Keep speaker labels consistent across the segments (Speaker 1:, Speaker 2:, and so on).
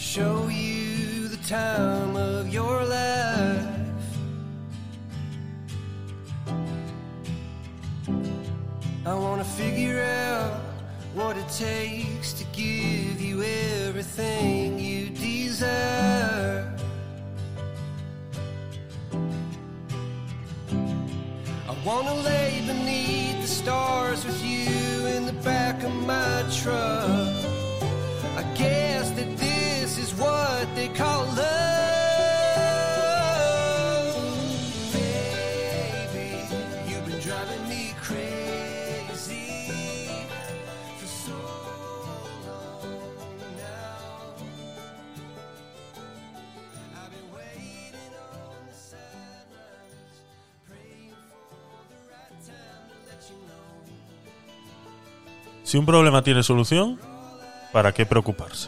Speaker 1: show you the time of your life. I wanna figure out what it takes to give you everything you desire. I wanna lay beneath the stars with you in the back of my truck. I guess that this is what they call love. Baby, you've been driving me crazy for so long now. I've been waiting on the sidelines, praying for the right time to let you know.
Speaker 2: Si un problema tiene solución, ¿para qué preocuparse?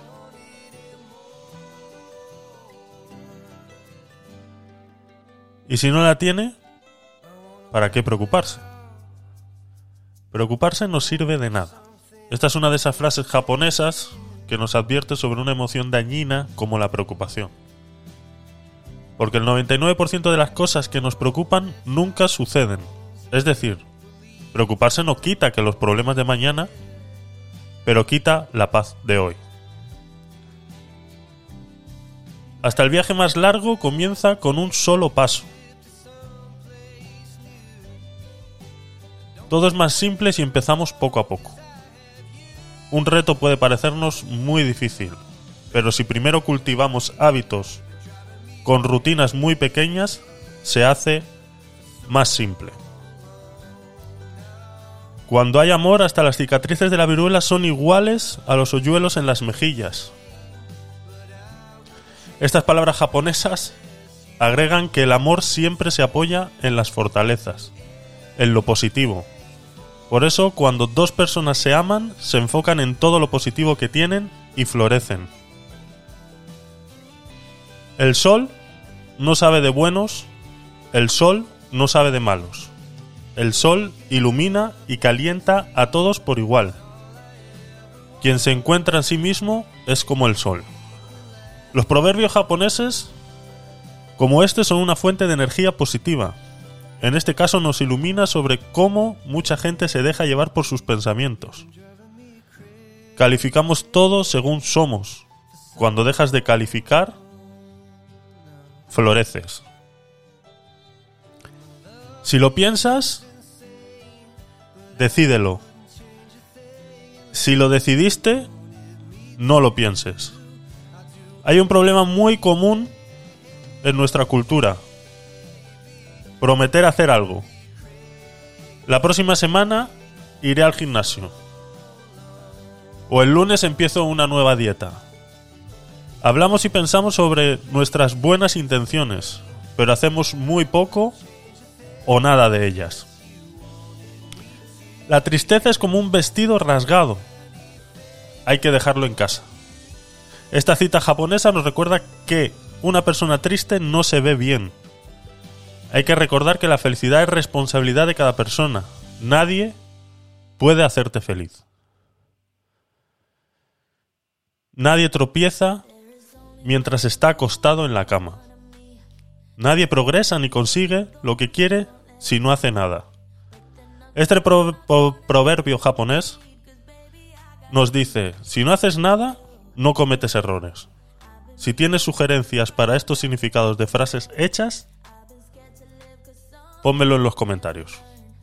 Speaker 2: Y si no la tiene, ¿para qué preocuparse? Preocuparse no sirve de nada. Esta es una de esas frases japonesas que nos advierte sobre una emoción dañina como la preocupación. Porque el 99% de las cosas que nos preocupan nunca suceden. Es decir, preocuparse no quita que los problemas de mañana, pero quita la paz de hoy. Hasta el viaje más largo comienza con un solo paso. Todo es más simple si empezamos poco a poco. Un reto puede parecernos muy difícil, pero si primero cultivamos hábitos con rutinas muy pequeñas, se hace más simple. Cuando hay amor, hasta las cicatrices de la viruela son iguales a los hoyuelos en las mejillas. Estas palabras japonesas agregan que el amor siempre se apoya en las fortalezas, en lo positivo. Por eso, cuando dos personas se aman, se enfocan en todo lo positivo que tienen y florecen. El sol no sabe de buenos, el sol no sabe de malos. El sol ilumina y calienta a todos por igual. Quien se encuentra en sí mismo es como el sol. Los proverbios japoneses, como este, son una fuente de energía positiva. En este caso nos ilumina sobre cómo mucha gente se deja llevar por sus pensamientos. Calificamos todo según somos. Cuando dejas de calificar, floreces. Si lo piensas, decídelo. Si lo decidiste, no lo pienses. Hay un problema muy común en nuestra cultura: prometer hacer algo. La próxima semana iré al gimnasio. O el lunes empiezo una nueva dieta. Hablamos y pensamos sobre nuestras buenas intenciones, pero hacemos muy poco o nada de ellas. La tristeza es como un vestido rasgado. Hay que dejarlo en casa. Esta cita japonesa nos recuerda que una persona triste no se ve bien. Hay que recordar que la felicidad es responsabilidad de cada persona. Nadie puede hacerte feliz. Nadie tropieza mientras está acostado en la cama. Nadie progresa ni consigue lo que quiere si no hace nada. Este proverbio japonés nos dice: si no haces nada, no cometes errores. Si tienes sugerencias para estos significados de frases hechas, pónmelo en los comentarios.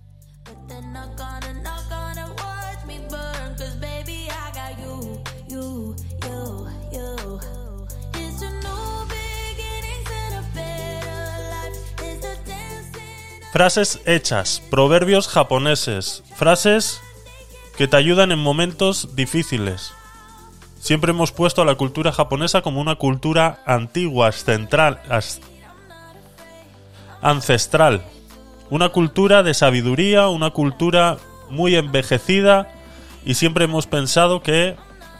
Speaker 2: Frases hechas, proverbios japoneses, frases que te ayudan en momentos difíciles. Siempre hemos puesto a la cultura japonesa como una cultura antigua, ancestral. Una cultura de sabiduría, una cultura muy envejecida, y siempre hemos pensado que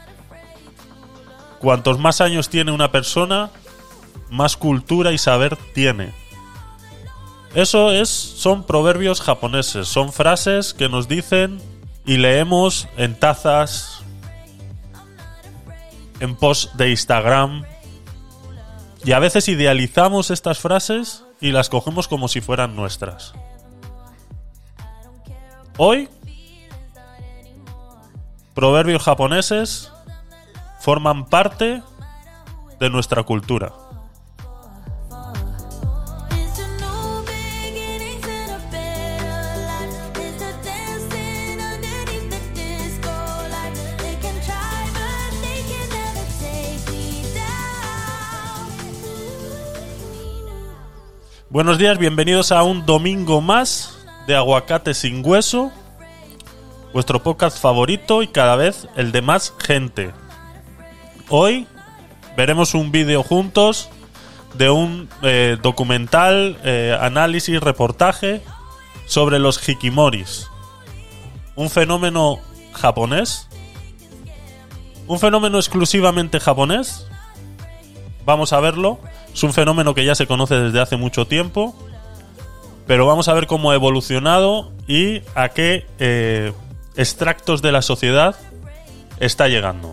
Speaker 2: cuantos más años tiene una persona, más cultura y saber tiene. Son proverbios japoneses, son frases que nos dicen y leemos en tazas en posts de Instagram. Y a veces idealizamos estas frases y las cogemos como si fueran nuestras. Hoy, proverbios japoneses forman parte de nuestra cultura. Buenos días, bienvenidos a un domingo más de Aguacate sin Hueso, vuestro podcast favorito y cada vez el de más gente. Hoy veremos un vídeo juntos de un documental, análisis, reportaje sobre los hikimoris. Un fenómeno japonés, un fenómeno exclusivamente japonés. Vamos a verlo. Es un fenómeno que ya se conoce desde hace mucho tiempo, pero vamos a ver cómo ha evolucionado y a qué extractos de la sociedad está llegando.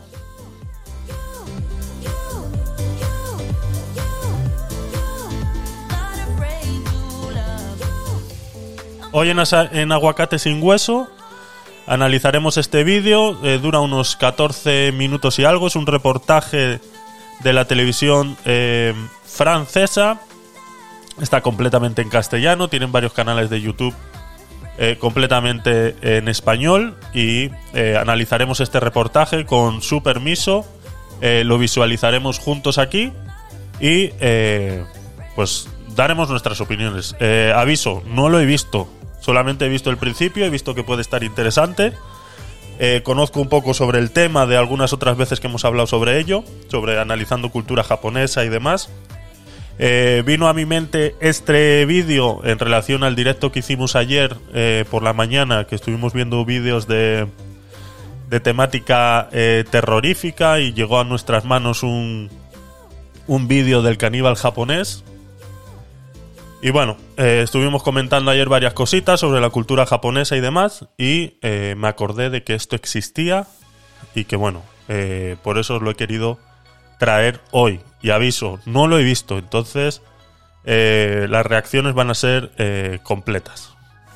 Speaker 2: Hoy en Aguacate sin Hueso analizaremos este vídeo, dura unos 14 minutos y algo, es un reportaje de la televisión francesa, está completamente en castellano, tienen varios canales de YouTube completamente en español y analizaremos este reportaje con su permiso, lo visualizaremos juntos aquí y pues daremos nuestras opiniones. Aviso, no lo he visto, solamente he visto el principio, he visto que puede estar interesante. Conozco un poco sobre el tema de algunas otras veces que hemos hablado sobre ello, sobre analizando cultura japonesa y demás. Vino a mi mente este vídeo en relación al directo que hicimos ayer por la mañana, que estuvimos viendo vídeos de temática terrorífica y llegó a nuestras manos un vídeo del caníbal japonés. Y bueno, estuvimos comentando ayer varias cositas sobre la cultura japonesa y demás, y me acordé de que esto existía y que bueno, por eso os lo he querido traer hoy. Y aviso, no lo he visto, entonces las reacciones van a ser completas.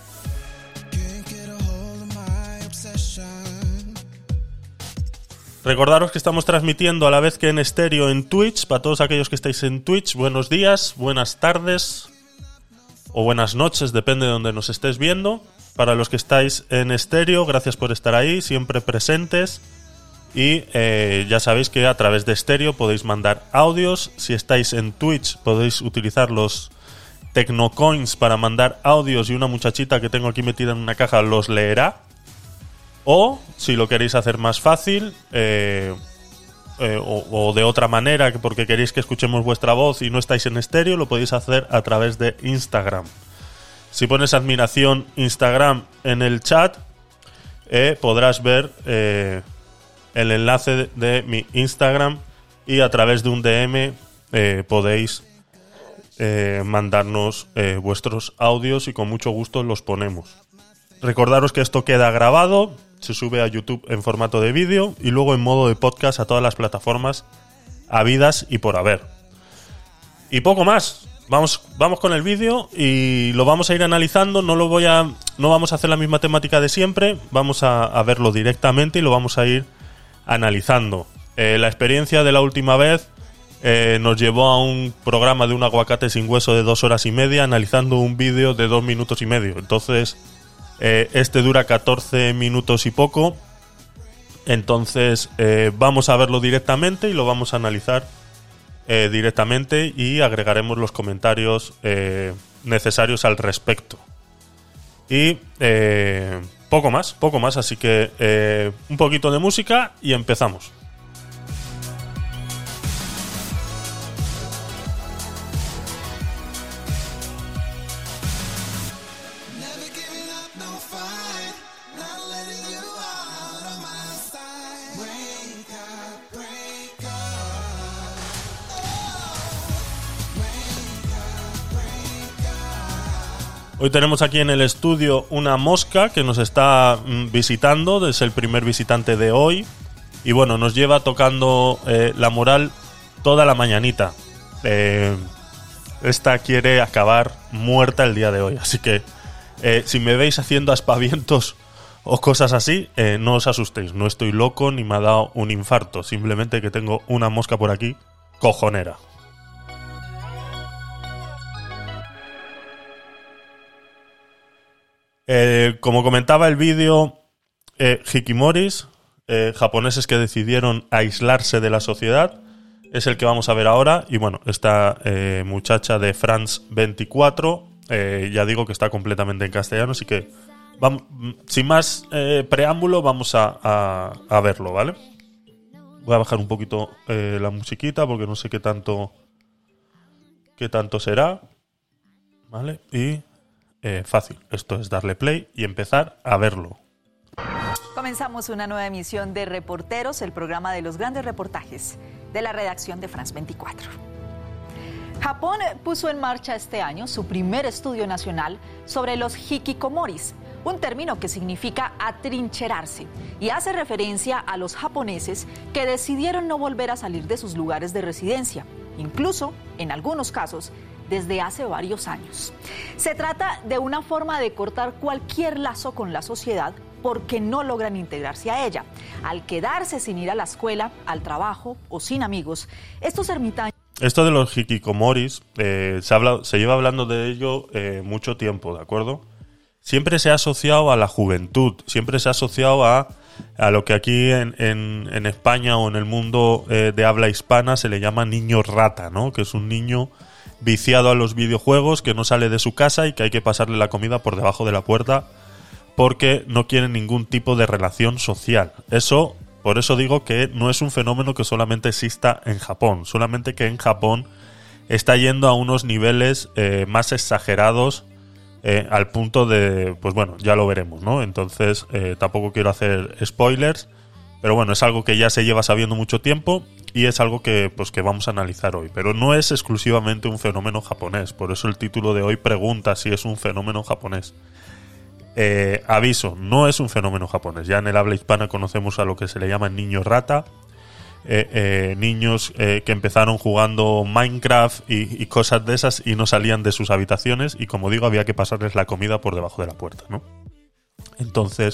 Speaker 2: Recordaros que estamos transmitiendo a la vez que en estéreo en Twitch. Para todos aquellos que estáis en Twitch, buenos días, buenas tardes o buenas noches, depende de donde nos estés viendo. Para los que estáis en estéreo, gracias por estar ahí, siempre presentes. Y ya sabéis que a través de estéreo podéis mandar audios. Si estáis en Twitch podéis utilizar los Tecnocoins para mandar audios y una muchachita que tengo aquí metida en una caja los leerá. O, si lo queréis hacer más fácil, o de otra manera, porque queréis que escuchemos vuestra voz y no estáis en estéreo, lo podéis hacer a través de Instagram. Si pones admiración Instagram en el chat, podrás ver el enlace de mi Instagram y a través de un DM podéis mandarnos vuestros audios y con mucho gusto los ponemos. Recordaros que esto queda grabado, se sube a YouTube en formato de vídeo y luego en modo de podcast a todas las plataformas habidas y por haber. Y poco más. Vamos con el vídeo y lo vamos a ir analizando. No vamos a hacer la misma temática de siempre. Vamos a verlo directamente y lo vamos a ir analizando. La experiencia de la última vez nos llevó a un programa de un aguacate sin hueso de 2 horas y media analizando un vídeo de 2 minutos y medio. Entonces este dura 14 minutos y poco. Entonces vamos a verlo directamente y lo vamos a analizar directamente y agregaremos los comentarios necesarios al respecto. Y poco más, así que un poquito de música y empezamos. Hoy tenemos aquí en el estudio una mosca que nos está visitando, es el primer visitante de hoy. Y bueno, nos lleva tocando la moral toda la mañanita. Esta quiere acabar muerta el día de hoy. Así que si me veis haciendo aspavientos o cosas así, no os asustéis. No estoy loco ni me ha dado un infarto. Simplemente que tengo una mosca por aquí cojonera. Como comentaba el vídeo, hikikomoris, japoneses que decidieron aislarse de la sociedad, es el que vamos a ver ahora. Y bueno, esta muchacha de France 24, ya digo que está completamente en castellano, así que vamos, sin más preámbulo, vamos a verlo, ¿vale? Voy a bajar un poquito la musiquita porque no sé qué tanto será, ¿vale? Y fácil, esto es darle play y empezar a verlo.
Speaker 3: Comenzamos una nueva emisión de Reporteros, el programa de los grandes reportajes de la redacción de France 24. Japón puso en marcha este año su primer estudio nacional sobre los hikikomoris, un término que significa atrincherarse y hace referencia a los japoneses que decidieron no volver a salir de sus lugares de residencia, incluso, en algunos casos, desde hace varios años. Se trata de una forma de cortar cualquier lazo con la sociedad porque no logran integrarse a ella. Al quedarse sin ir a la escuela, al trabajo o sin amigos, estos ermitaños...
Speaker 2: Esto de los hikikomoris, se lleva hablando de ello mucho tiempo, ¿de acuerdo? Siempre se ha asociado a la juventud, siempre se ha asociado a lo que aquí en España o en el mundo de habla hispana se le llama niño rata, ¿no? Que es un niño viciado a los videojuegos, que no sale de su casa y que hay que pasarle la comida por debajo de la puerta porque no quiere ningún tipo de relación social. Por eso digo que no es un fenómeno que solamente exista en Japón, solamente que en Japón está yendo a unos niveles más exagerados, al punto de, pues bueno, ya lo veremos, ¿no? Entonces tampoco quiero hacer spoilers, pero bueno, es algo que ya se lleva sabiendo mucho tiempo y es algo que vamos a analizar hoy. Pero no es exclusivamente un fenómeno japonés, por eso el título de hoy pregunta si es un fenómeno japonés. Aviso, no es un fenómeno japonés. Ya en el habla hispana conocemos a lo que se le llama niño rata, niños que empezaron jugando Minecraft y cosas de esas y no salían de sus habitaciones y, como digo, había que pasarles la comida por debajo de la puerta, ¿no? Entonces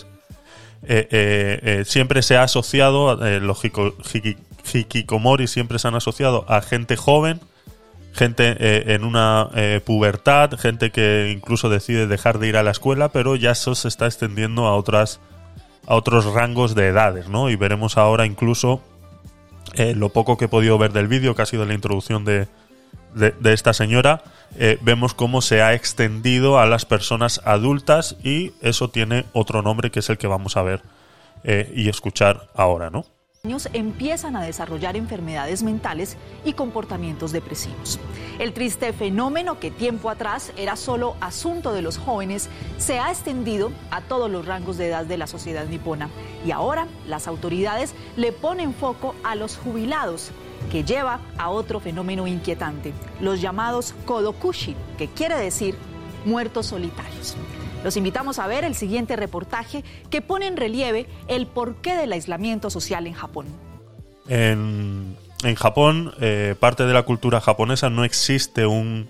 Speaker 2: siempre se ha asociado los hikikomori siempre se han asociado a gente joven, gente en una pubertad, gente que incluso decide dejar de ir a la escuela, pero ya eso se está extendiendo a otros rangos de edades, ¿no? Y veremos ahora incluso lo poco que he podido ver del vídeo, que ha sido la introducción de esta señora, vemos cómo se ha extendido a las personas adultas y eso tiene otro nombre que es el que vamos a ver y escuchar ahora, ¿no?
Speaker 3: Empiezan a desarrollar enfermedades mentales y comportamientos depresivos. El triste fenómeno que tiempo atrás era solo asunto de los jóvenes se ha extendido a todos los rangos de edad de la sociedad nipona y ahora las autoridades le ponen foco a los jubilados, que lleva a otro fenómeno inquietante, los llamados kodokushi, que quiere decir muertos solitarios. Los invitamos a ver el siguiente reportaje que pone en relieve el porqué del aislamiento social en Japón.
Speaker 2: En Japón, parte de la cultura japonesa, no existe un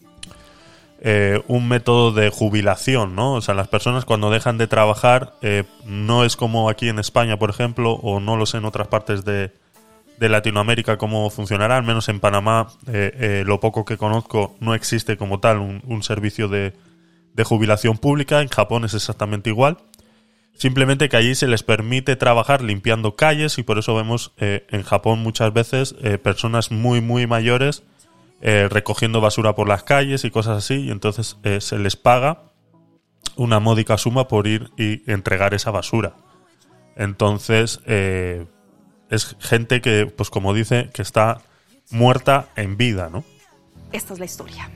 Speaker 2: método de jubilación, ¿no? O sea, las personas cuando dejan de trabajar, no es como aquí en España, por ejemplo, o no lo sé en otras partes de Latinoamérica cómo funcionará, al menos en Panamá, lo poco que conozco, no existe como tal un servicio de jubilación pública. En Japón es exactamente igual, simplemente que allí se les permite trabajar limpiando calles y por eso vemos en Japón muchas veces personas muy muy mayores recogiendo basura por las calles y cosas así, y entonces se les paga una módica suma por ir y entregar esa basura. Entonces es gente que, pues como dice, que está muerta en vida, ¿no?
Speaker 3: Esta es la historia.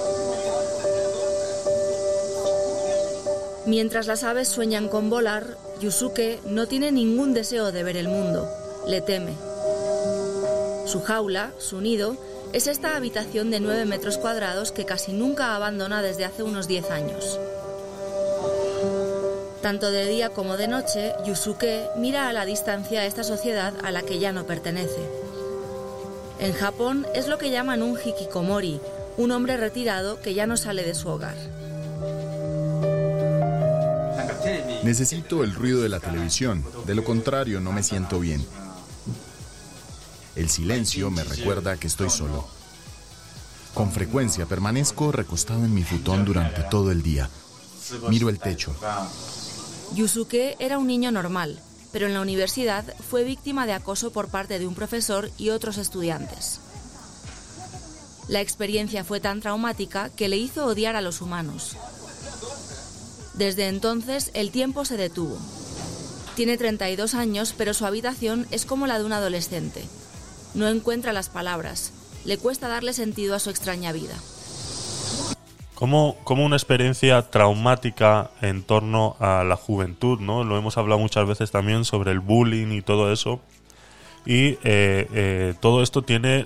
Speaker 4: Mientras las aves sueñan con volar, Yusuke no tiene ningún deseo de ver el mundo, le teme. Su jaula, su nido, es esta habitación de 9 metros cuadrados que casi nunca abandona desde hace unos 10 años. Tanto de día como de noche, Yusuke mira a la distancia a esta sociedad a la que ya no pertenece. En Japón es lo que llaman un hikikomori, un hombre retirado que ya no sale de su hogar.
Speaker 5: Necesito el ruido de la televisión, de lo contrario no me siento bien. El silencio me recuerda que estoy solo. Con frecuencia permanezco recostado en mi futón durante todo el día. Miro el techo.
Speaker 4: Yusuke era un niño normal, pero en la universidad fue víctima de acoso por parte de un profesor y otros estudiantes. La experiencia fue tan traumática que le hizo odiar a los humanos. Desde entonces, el tiempo se detuvo. Tiene 32 años, pero su habitación es como la de un adolescente. No encuentra las palabras. Le cuesta darle sentido a su extraña vida.
Speaker 2: Como una experiencia traumática en torno a la juventud, ¿no? Lo hemos hablado muchas veces también sobre el bullying y todo eso. Y todo esto tiene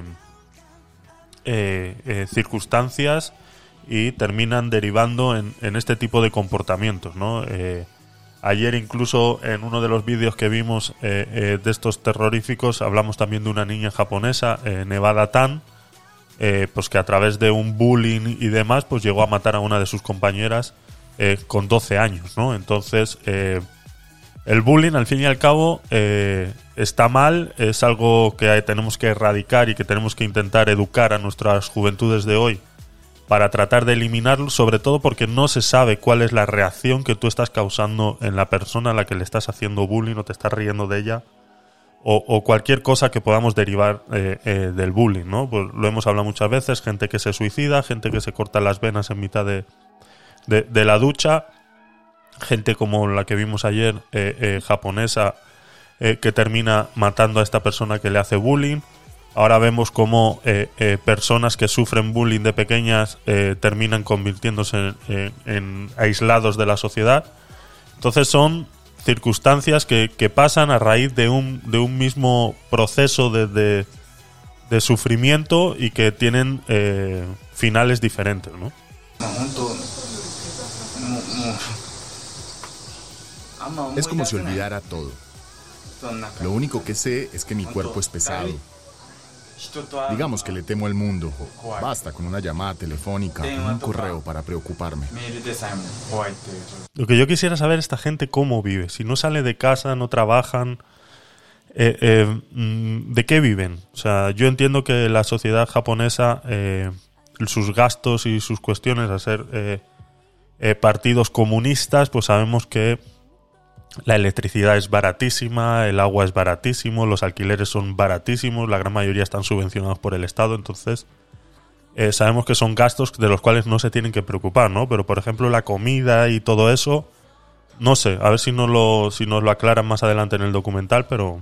Speaker 2: circunstancias y terminan derivando en este tipo de comportamientos, ¿no? Ayer incluso en uno de los vídeos que vimos de estos terroríficos hablamos también de una niña japonesa, Nevada Tan, pues que a través de un bullying y demás pues llegó a matar a una de sus compañeras con 12 años, ¿no? Entonces el bullying al fin y al cabo está mal, es algo que tenemos que erradicar y que tenemos que intentar educar a nuestras juventudes de hoy para tratar de eliminarlo, sobre todo porque no se sabe cuál es la reacción que tú estás causando en la persona a la que le estás haciendo bullying o te estás riendo de ella, o cualquier cosa que podamos derivar del bullying, ¿no? Pues lo hemos hablado muchas veces, gente que se suicida, gente que se corta las venas en mitad de la ducha, gente como la que vimos ayer, japonesa, que termina matando a esta persona que le hace bullying. Ahora vemos cómo personas que sufren bullying de pequeñas terminan convirtiéndose en aislados de la sociedad. Entonces son circunstancias que pasan a raíz de un mismo proceso de sufrimiento y que tienen finales diferentes, ¿no?
Speaker 5: Es como si olvidara todo. Lo único que sé es que mi cuerpo es pesado. Digamos que le temo al mundo. Basta con una llamada telefónica o un correo para preocuparme.
Speaker 2: Lo que yo quisiera saber es esta gente cómo vive. Si no sale de casa, no trabajan, ¿de qué viven? O sea, yo entiendo que la sociedad japonesa, sus gastos y sus cuestiones, a ser partidos comunistas, pues sabemos que la electricidad es baratísima, el agua es baratísimo, los alquileres son baratísimos, la gran mayoría están subvencionados por el Estado, entonces sabemos que son gastos de los cuales no se tienen que preocupar, ¿no? Pero por ejemplo la comida y todo eso, no sé, a ver si nos lo aclaran más adelante en el documental, pero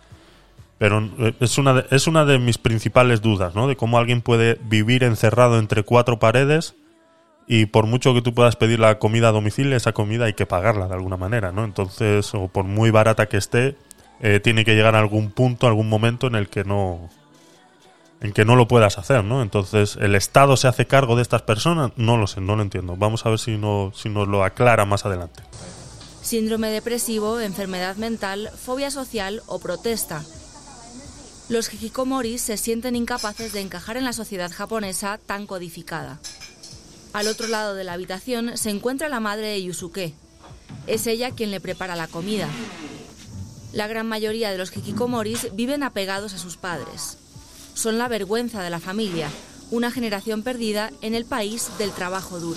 Speaker 2: es una de mis principales dudas, ¿no? De cómo alguien puede vivir encerrado entre 4 paredes. Y por mucho que tú puedas pedir la comida a domicilio, esa comida hay que pagarla de alguna manera, ¿no? Entonces, o por muy barata que esté, tiene que llegar a algún punto, algún momento en que no lo puedas hacer, ¿no? Entonces, ¿el Estado se hace cargo de estas personas? No lo sé, no lo entiendo. Vamos a ver si nos lo aclara más adelante.
Speaker 4: Síndrome depresivo, enfermedad mental, fobia social o protesta. Los hikikomoris se sienten incapaces de encajar en la sociedad japonesa tan codificada. Al otro lado de la habitación se encuentra la madre de Yusuke. Es ella quien le prepara la comida. La gran mayoría de los hikikomoris viven apegados a sus padres. Son la vergüenza de la familia, una generación perdida en el país del trabajo duro.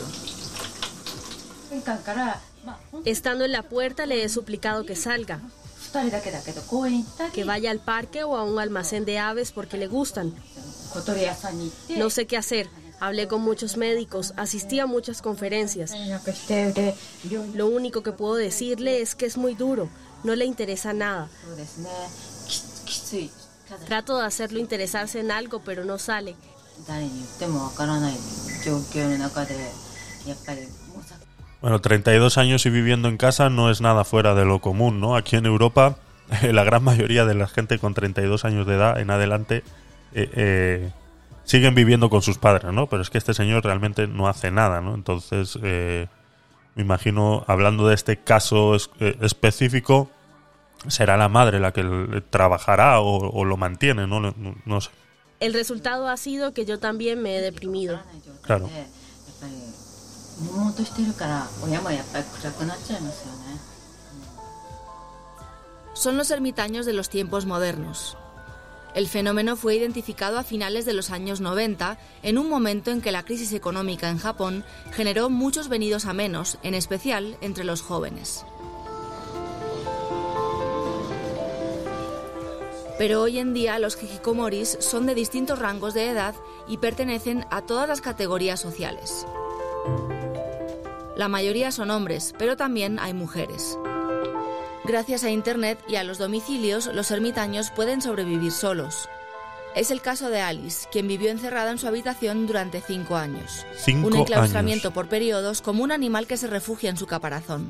Speaker 6: Estando en la puerta le he suplicado que salga, que vaya al parque o a un almacén de aves porque le gustan. No sé qué hacer. Hablé con muchos médicos, asistí a muchas conferencias. Lo único que puedo decirle es que es muy duro, no le interesa nada. Trato de hacerlo interesarse en algo, pero no sale.
Speaker 2: Bueno, 32 años y viviendo en casa no es nada fuera de lo común, ¿no? Aquí en Europa, la gran mayoría de la gente con 32 años de edad en adelante siguen viviendo con sus padres, ¿no? Pero es que este señor realmente no hace nada, ¿no? Entonces, me imagino, hablando de este caso específico, será la madre la que trabajará o lo mantiene, ¿no? No sé.
Speaker 6: El resultado ha sido que yo también me he deprimido.
Speaker 2: Claro.
Speaker 4: Son los ermitaños de los tiempos modernos. El fenómeno fue identificado a finales de los años 90, en un momento en que la crisis económica en Japón generó muchos venidos a menos, en especial entre los jóvenes. Pero hoy en día los hikikomoris son de distintos rangos de edad y pertenecen a todas las categorías sociales. La mayoría son hombres, pero también hay mujeres. Gracias a Internet y a los domicilios, los ermitaños pueden sobrevivir solos. Es el caso de Alice, quien vivió encerrada en su habitación durante 5 años.
Speaker 2: 5
Speaker 4: un enclaustramiento
Speaker 2: años.
Speaker 4: por periodos, como un animal que se refugia en su caparazón.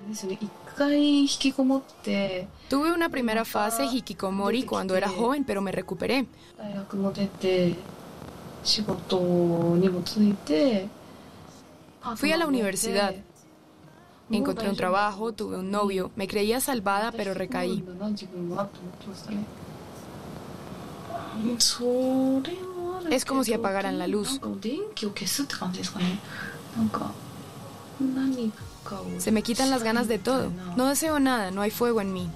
Speaker 7: Tuve una primera fase hikikomori cuando era joven, pero me recuperé. Fui a la universidad. Encontré un trabajo, tuve un novio. Me creía salvada, pero recaí. Es como si apagaran la luz. Se me quitan las ganas de todo. No deseo nada, no hay fuego en mí.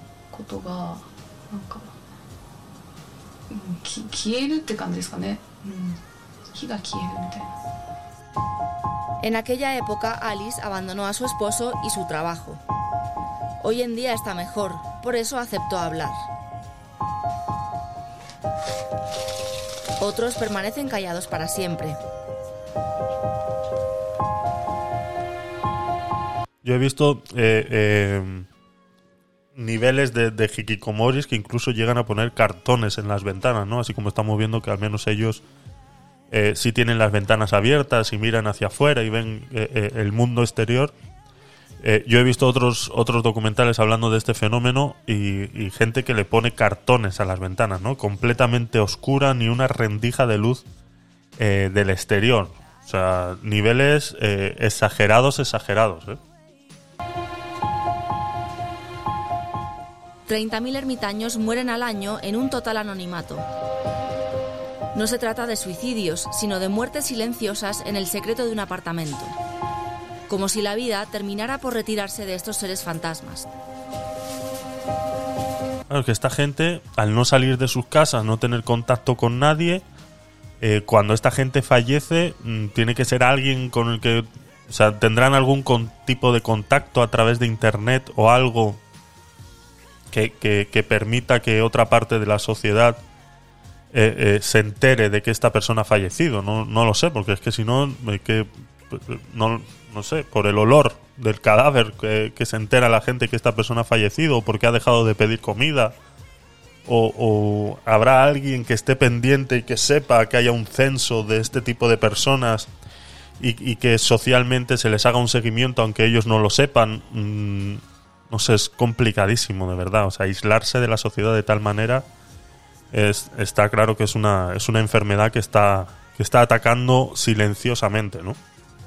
Speaker 4: En aquella época, Alice abandonó a su esposo y su trabajo. Hoy en día está mejor, por eso aceptó hablar. Otros permanecen callados para siempre.
Speaker 2: Yo he visto niveles de hikikomoris que incluso llegan a poner cartones en las ventanas, ¿no? Así como estamos viendo que al menos ellos sí tienen las ventanas abiertas y miran hacia afuera y ven el mundo exterior. Yo he visto otros documentales hablando de este fenómeno y gente que le pone cartones a las ventanas, ¿no? Completamente oscura, ni una rendija de luz del exterior. O sea, niveles exagerados, ¿eh?
Speaker 4: 30.000 ermitaños mueren al año en un total anonimato. No se trata de suicidios, sino de muertes silenciosas en el secreto de un apartamento. Como si la vida terminara por retirarse de estos seres fantasmas.
Speaker 2: Claro, que esta gente, al no salir de sus casas, no tener contacto con nadie, cuando esta gente fallece, tiene que ser alguien con el que... O sea, tendrán algún tipo de contacto a través de internet o algo que permita que otra parte de la sociedad se entere de que esta persona ha fallecido. No lo sé, porque es que si no, no sé, por el olor del cadáver que se entera la gente que esta persona ha fallecido, o porque ha dejado de pedir comida, o habrá alguien que esté pendiente y que sepa que haya un censo de este tipo de personas y que socialmente se les haga un seguimiento aunque ellos no lo sepan. No sé, es complicadísimo, de verdad. O sea, aislarse de la sociedad de tal manera está claro que es una enfermedad que está atacando silenciosamente, ¿no?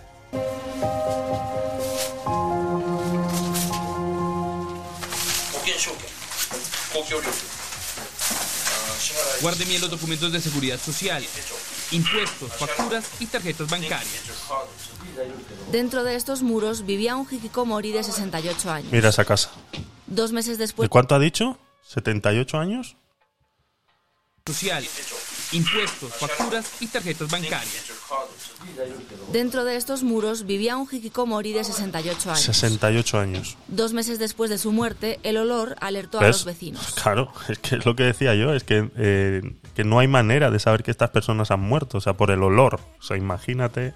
Speaker 8: Guarde bien los documentos de seguridad social, impuestos, facturas y tarjetas bancarias.
Speaker 4: Dentro de estos muros vivía un hikikomori de 68 años.
Speaker 2: Mira esa casa.
Speaker 4: 2 meses después...
Speaker 2: ¿De cuánto ha dicho? ¿78 años?
Speaker 8: Social, impuestos, facturas y tarjetas bancarias.
Speaker 4: Dentro de estos muros vivía un hikikomori de 68 años.
Speaker 2: 68 años.
Speaker 4: 2 meses después de su muerte, el olor alertó a
Speaker 2: ¿Ves?
Speaker 4: los vecinos.
Speaker 2: Claro, es que es lo que decía yo, es que no hay manera de saber que estas personas han muerto, o sea, por el olor. O sea, imagínate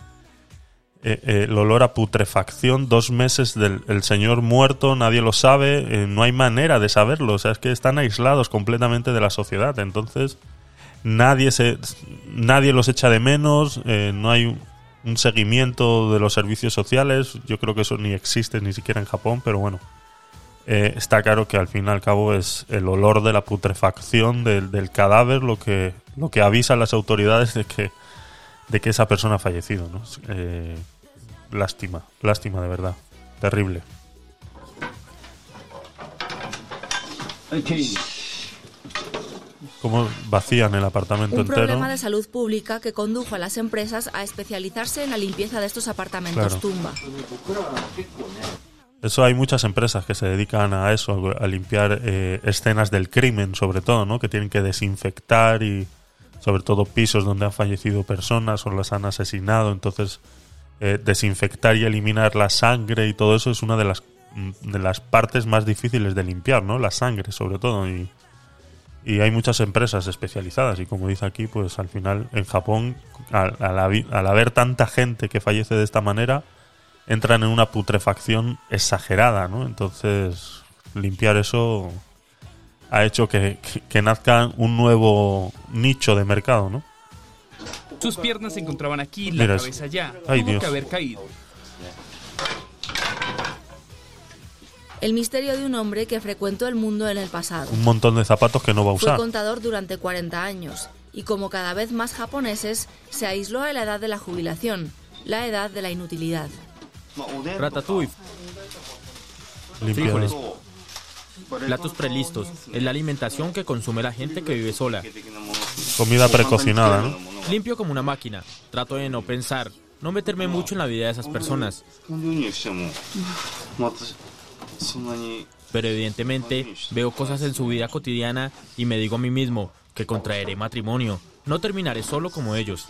Speaker 2: el olor a putrefacción, 2 meses del señor muerto, nadie lo sabe, no hay manera de saberlo, o sea, es que están aislados completamente de la sociedad, entonces nadie los echa de menos, no hay un seguimiento de los servicios sociales. Yo creo que eso ni existe ni siquiera en Japón, pero bueno, está claro que al fin y al cabo es el olor de la putrefacción del cadáver lo que avisa a las autoridades de que esa persona ha fallecido, ¿no? Lástima de verdad, terrible. Cómo vacían el apartamento entero.
Speaker 4: Un problema de salud pública que condujo a las empresas a especializarse en la limpieza de estos apartamentos tumba.
Speaker 2: Eso, hay muchas empresas que se dedican a eso, a limpiar escenas del crimen, sobre todo, ¿no? Que tienen que desinfectar, y sobre todo pisos donde han fallecido personas o las han asesinado. Entonces, desinfectar y eliminar la sangre y todo eso es una de las partes más difíciles de limpiar, ¿no? La sangre, sobre todo. Y hay muchas empresas especializadas, y como dice aquí, pues al final en Japón, al haber tanta gente que fallece de esta manera, entran en una putrefacción exagerada, ¿no? Entonces, limpiar eso ha hecho que nazca un nuevo nicho de mercado, ¿no?
Speaker 8: Sus piernas se encontraban aquí, la cabeza allá. Tuvo que haber caído.
Speaker 4: El misterio de un hombre que frecuentó el mundo en el pasado.
Speaker 2: Un montón de zapatos que no va a usar.
Speaker 4: Fue contador durante 40 años y, como cada vez más japoneses, se aisló a la edad de la jubilación, la edad de la inutilidad.
Speaker 9: Ratatouille. Frijoles. Platos prelistos. Es la alimentación que consume la gente que vive sola.
Speaker 2: Comida precocinada, ¿no?
Speaker 9: Limpio como una máquina. Trato de no pensar, no meterme mucho en la vida de esas personas. Pero evidentemente veo cosas en su vida cotidiana y me digo a mí mismo que contraeré matrimonio. No terminaré solo como ellos.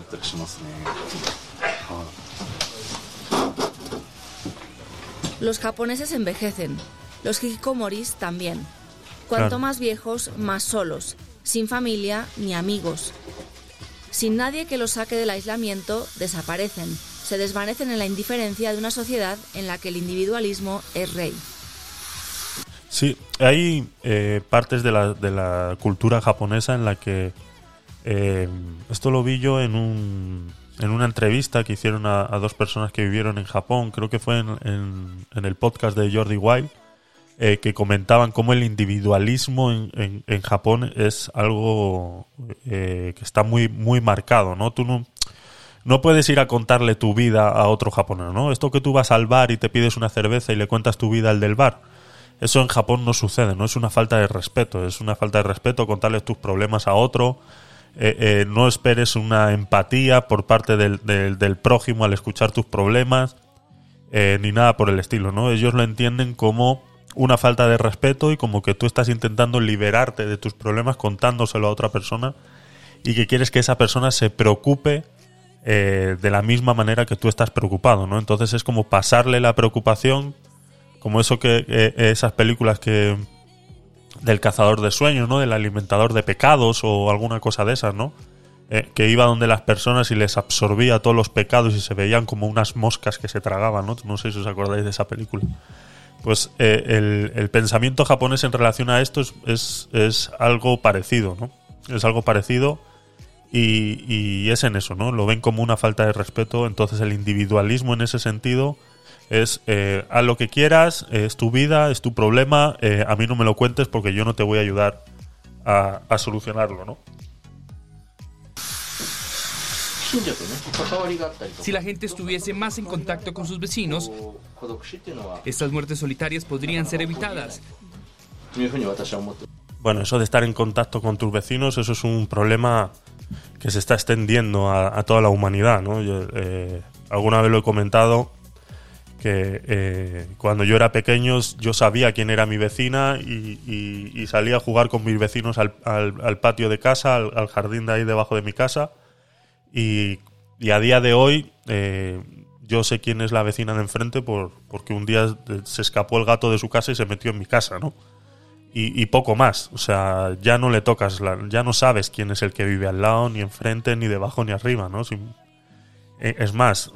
Speaker 4: Los japoneses envejecen. Los hikikomoris también. Cuanto más viejos, más solos, sin familia ni amigos. Sin nadie que los saque del aislamiento, desaparecen. Se desvanecen en la indiferencia de una sociedad en la que el individualismo es rey.
Speaker 2: Sí, hay partes de la cultura japonesa en la que esto lo vi yo en una entrevista que hicieron a dos personas que vivieron en Japón. Creo que fue en el podcast de Jordi Wild, que comentaban cómo el individualismo en Japón es algo que está muy, muy marcado, ¿no? Tú no puedes ir a contarle tu vida a otro japonés, ¿no? Esto que tú vas al bar y te pides una cerveza y le cuentas tu vida al del bar, eso en Japón no sucede, ¿no? Es una falta de respeto. Es una falta de respeto contarles tus problemas a otro. No esperes una empatía por parte del prójimo al escuchar tus problemas, ni nada por el estilo, ¿no? Ellos lo entienden como una falta de respeto y como que tú estás intentando liberarte de tus problemas contándoselo a otra persona, y que quieres que esa persona se preocupe de la misma manera que tú estás preocupado, ¿no? Entonces es como pasarle la preocupación, como eso que esas películas que del cazador de sueños, ¿no? Del alimentador de pecados o alguna cosa de esas, ¿no? Que iba donde las personas y les absorbía todos los pecados y se veían como unas moscas que se tragaban, ¿no? No sé si os acordáis de esa película. Pues el pensamiento japonés en relación a esto es algo parecido, ¿no? Es algo parecido. Y es en eso, ¿no? Lo ven como una falta de respeto. Entonces el individualismo en ese sentido es haz lo que quieras, es tu vida, es tu problema, a mí no me lo cuentes porque yo no te voy a ayudar a solucionarlo, ¿no?
Speaker 8: Si la gente estuviese más en contacto con sus vecinos, estas muertes solitarias podrían ser evitadas.
Speaker 2: Bueno, eso de estar en contacto con tus vecinos, eso es un problema que se está extendiendo a toda la humanidad, ¿no? Yo, alguna vez lo he comentado, que cuando yo era pequeño yo sabía quién era mi vecina y salía a jugar con mis vecinos al patio de casa, al jardín de ahí debajo de mi casa, y a día de hoy yo sé quién es la vecina de enfrente porque un día se escapó el gato de su casa y se metió en mi casa, ¿no? Y poco más. O sea, ya no le tocas, ya no sabes quién es el que vive al lado, ni enfrente, ni debajo, ni arriba, ¿no? Es más,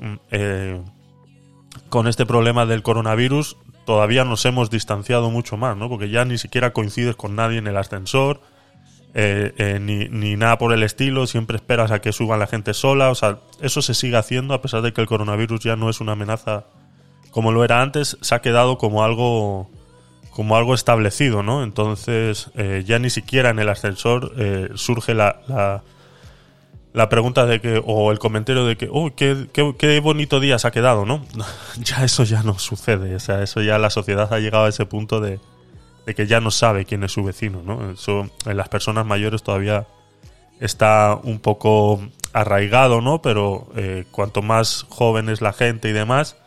Speaker 2: con este problema del coronavirus todavía nos hemos distanciado mucho más, ¿no? Porque ya ni siquiera coincides con nadie en el ascensor, ni nada por el estilo, siempre esperas a que suban la gente sola, o sea, eso se sigue haciendo a pesar de que el coronavirus ya no es una amenaza como lo era antes, se ha quedado como algo establecido, ¿no? Entonces ya ni siquiera en el ascensor surge la pregunta de que, o el comentario de que, qué bonito día se ha quedado, ¿no? Ya eso ya no sucede, o sea, eso ya la sociedad ha llegado a ese punto de que ya no sabe quién es su vecino, ¿no? Eso en las personas mayores todavía está un poco arraigado, ¿no? Pero cuanto más joven es la gente y demás,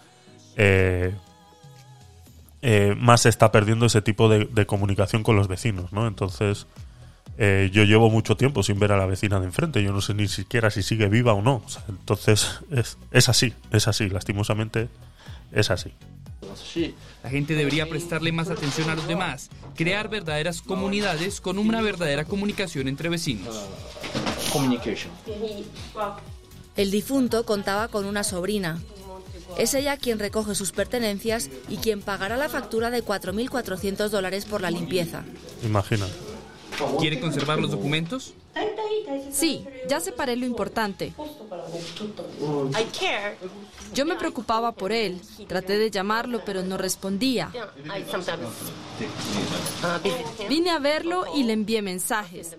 Speaker 2: más se está perdiendo ese tipo de comunicación con los vecinos, ¿no? Entonces, yo llevo mucho tiempo sin ver a la vecina de enfrente. Yo no sé ni siquiera si sigue viva o no. O sea, entonces, es así, lastimosamente es así.
Speaker 8: La gente debería prestarle más atención a los demás, crear verdaderas comunidades con una verdadera comunicación entre vecinos.
Speaker 4: El difunto contaba con una sobrina. Es ella quien recoge sus pertenencias y quien pagará la factura de $4.400 por la limpieza.
Speaker 2: Imagina.
Speaker 8: ¿Quiere conservar los documentos?
Speaker 10: Sí, ya separé lo importante. Yo me preocupaba por él. Traté de llamarlo, pero no respondía. Vine a verlo y le envié mensajes.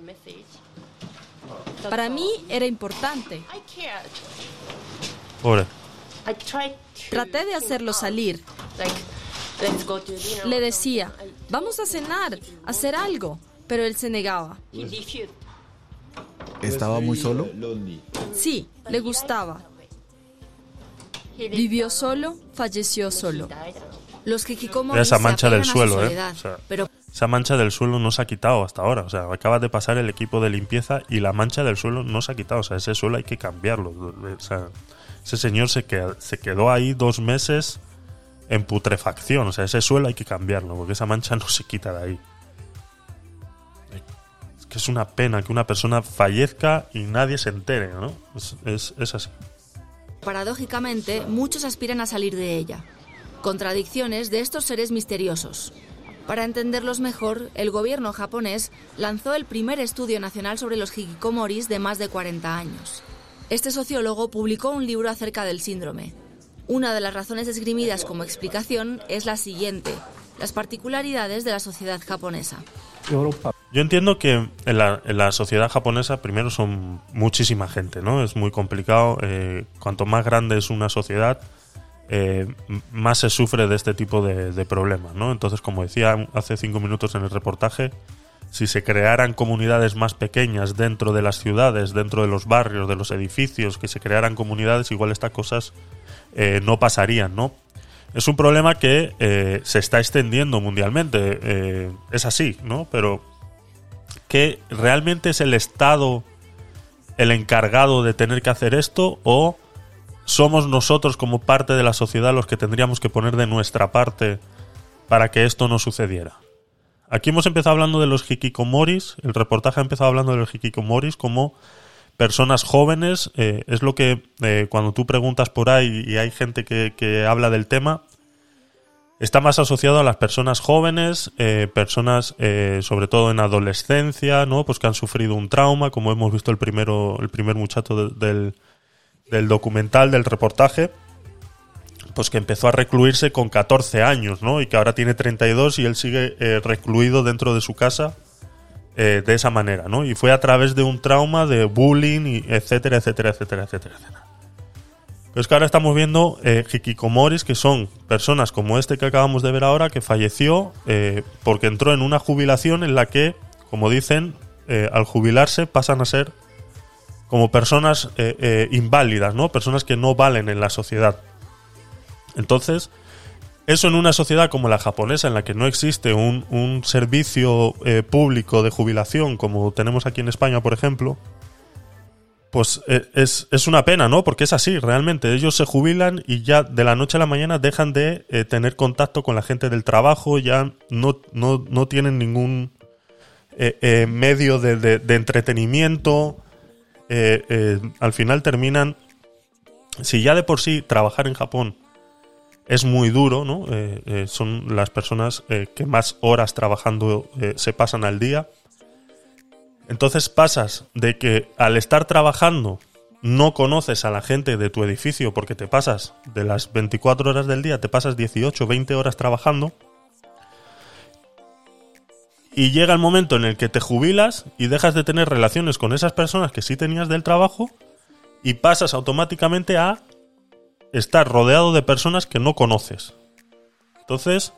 Speaker 10: Para mí era importante.
Speaker 2: Pobre.
Speaker 10: Traté de hacerlo salir. Le decía, vamos a cenar, a hacer algo, pero él se negaba.
Speaker 11: ¿Estaba muy solo?
Speaker 10: Sí, le gustaba. Vivió solo, falleció solo.
Speaker 4: Los hikikomoris
Speaker 2: esa mancha del suelo,
Speaker 4: soledad,
Speaker 2: o sea,
Speaker 4: pero
Speaker 2: esa mancha del suelo no se ha quitado hasta ahora. O sea, acaba de pasar el equipo de limpieza y la mancha del suelo no se ha quitado. O sea, ese suelo hay que cambiarlo. O sea, ese señor se quedó ahí 2 meses en putrefacción. O sea, ese suelo hay que cambiarlo porque esa mancha no se quita de ahí. Es que es una pena que una persona fallezca y nadie se entere, ¿no? Es así.
Speaker 4: paradójicamente, muchos aspiran a salir de ella. Contradicciones de estos seres misteriosos. Para entenderlos mejor, el gobierno japonés lanzó el primer estudio nacional sobre los hikikomoris de más de 40 años. Este sociólogo publicó un libro acerca del síndrome. Una de las razones esgrimidas como explicación es la siguiente: las particularidades de la sociedad japonesa.
Speaker 2: Yo entiendo que en la sociedad japonesa primero son muchísima gente, ¿no? Es muy complicado. Cuanto más grande es una sociedad, más se sufre de este tipo de problemas, ¿no? Entonces, como decía hace 5 minutos en el reportaje, si se crearan comunidades más pequeñas dentro de las ciudades, dentro de los barrios, de los edificios, que se crearan comunidades, igual estas cosas no pasarían, ¿no? Es un problema que se está extendiendo mundialmente, es así, ¿no? Pero ¿que realmente es el Estado el encargado de tener que hacer esto, o somos nosotros como parte de la sociedad los que tendríamos que poner de nuestra parte para que esto no sucediera? Aquí hemos empezado hablando de los hikikomoris, el reportaje ha empezado hablando de los hikikomoris como personas jóvenes, es lo que cuando tú preguntas por ahí y hay gente que habla del tema, está más asociado a las personas jóvenes, personas sobre todo en adolescencia, ¿no? Pues que han sufrido un trauma, como hemos visto el primer muchacho del documental, del reportaje, pues que empezó a recluirse con 14 años, ¿no? Y que ahora tiene 32 y él sigue recluido dentro de su casa de esa manera, ¿no? Y fue a través de un trauma, de bullying, y etcétera, etcétera, etcétera, etcétera, etcétera. Pero es que ahora estamos viendo hikikomoris, que son personas como este que acabamos de ver ahora, que falleció porque entró en una jubilación en la que, como dicen, al jubilarse pasan a ser como personas inválidas, ¿no? Personas que no valen en la sociedad. Entonces, eso en una sociedad como la japonesa, en la que no existe un servicio público de jubilación como tenemos aquí en España, por ejemplo, pues es una pena, ¿no? Porque es así, realmente. Ellos se jubilan y ya de la noche a la mañana dejan de tener contacto con la gente del trabajo, ya no tienen ningún medio de entretenimiento. Al final terminan, si ya de por sí trabajar en Japón es muy duro, ¿no? Son las personas que más horas trabajando se pasan al día. Entonces pasas de que al estar trabajando no conoces a la gente de tu edificio porque te pasas de las 24 horas del día, te pasas 18, 20 horas trabajando, y llega el momento en el que te jubilas y dejas de tener relaciones con esas personas que sí tenías del trabajo y pasas automáticamente a estar rodeado de personas que no conoces. Entonces,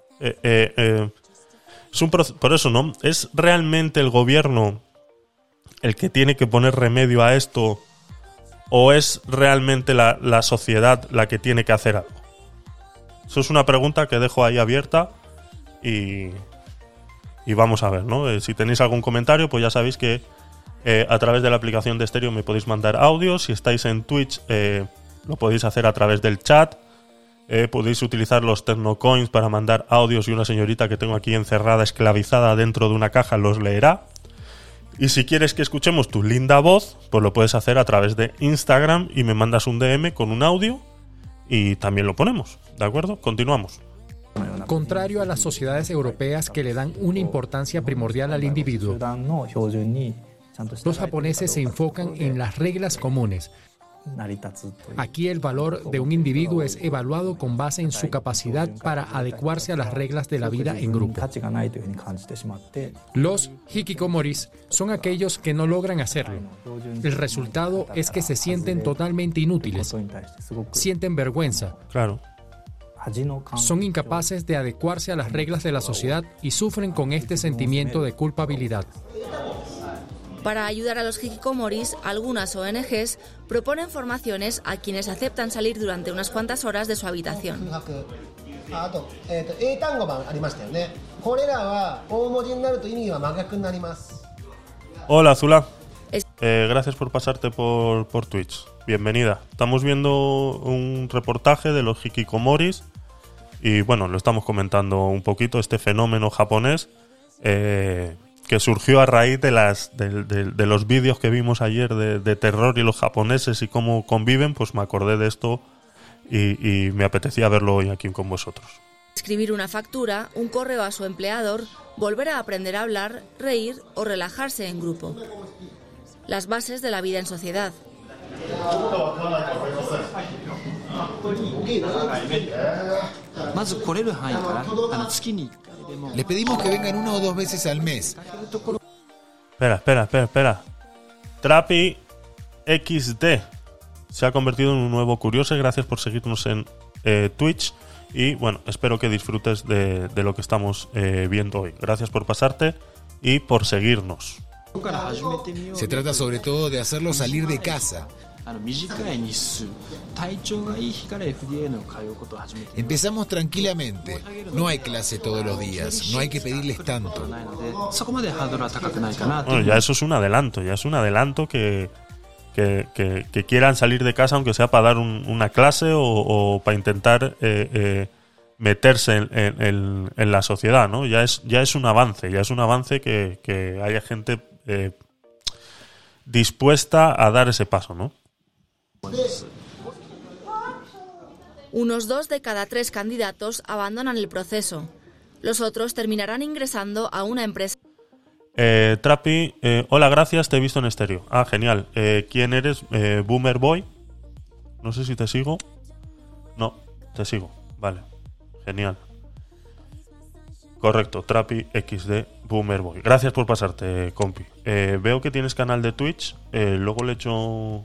Speaker 2: es por eso, ¿no? ¿Es realmente el gobierno el que tiene que poner remedio a esto o es realmente la sociedad la que tiene que hacer algo? Eso es una pregunta que dejo ahí abierta y vamos a ver, ¿no? Si tenéis algún comentario, pues ya sabéis que a través de la aplicación de Stereo me podéis mandar audios. Si estáis en Twitch, lo podéis hacer a través del chat. Podéis utilizar los Tecnocoins para mandar audios y una señorita que tengo aquí encerrada, esclavizada dentro de una caja, los leerá. Y si quieres que escuchemos tu linda voz, pues lo puedes hacer a través de Instagram y me mandas un DM con un audio y también lo ponemos, ¿de acuerdo? Continuamos.
Speaker 11: Contrario a las sociedades europeas que le dan una importancia primordial al individuo, los japoneses se enfocan en las reglas comunes. Aquí el valor de un individuo es evaluado con base en su capacidad para adecuarse a las reglas de la vida en grupo. Los hikikomoris son aquellos que no logran hacerlo. El resultado es que se sienten totalmente inútiles, sienten vergüenza.
Speaker 2: Claro.
Speaker 11: Son incapaces de adecuarse a las reglas de la sociedad y sufren con este sentimiento de culpabilidad.
Speaker 4: Para ayudar a los hikikomoris, algunas ONGs proponen formaciones a quienes aceptan salir durante unas cuantas horas de su habitación.
Speaker 2: Hola, Zula. Gracias por pasarte por Twitch. Bienvenida. Estamos viendo un reportaje de los hikikomoris y bueno, lo estamos comentando un poquito, este fenómeno japonés que surgió a raíz de los vídeos que vimos ayer de terror y los japoneses y cómo conviven. Pues me acordé de esto y me apetecía verlo hoy aquí con vosotros.
Speaker 4: Escribir una factura, un correo a su empleador, volver a aprender a hablar, reír o relajarse en grupo. Las bases de la vida en sociedad.
Speaker 12: Les pedimos que vengan 1 o 2 veces al mes.
Speaker 2: Espera. Trapi XD se ha convertido en un nuevo curioso. Gracias por seguirnos en Twitch. Y bueno, espero que disfrutes de lo que estamos viendo hoy. Gracias por pasarte y por seguirnos.
Speaker 12: Se trata sobre todo de hacerlo salir de casa. Empezamos tranquilamente. No hay clase todos los días. No hay que pedirles tanto.
Speaker 2: Bueno, ya eso es un adelanto. Que quieran salir de casa, aunque sea para dar una clase o para intentar meterse en la sociedad, ¿no? Ya es un avance que haya gente dispuesta a dar ese paso, ¿no?
Speaker 4: Unos 2 de cada 3 candidatos abandonan el proceso. Los otros terminarán ingresando a una empresa.
Speaker 2: Trapi, hola, gracias, te he visto en estéreo. Ah, genial. ¿Quién eres? Boomer Boy. No sé si te sigo. No, te sigo. Vale, genial. Correcto, Trapi XD Boomer Boy. Gracias por pasarte, compi. Veo que tienes canal de Twitch. Luego le echo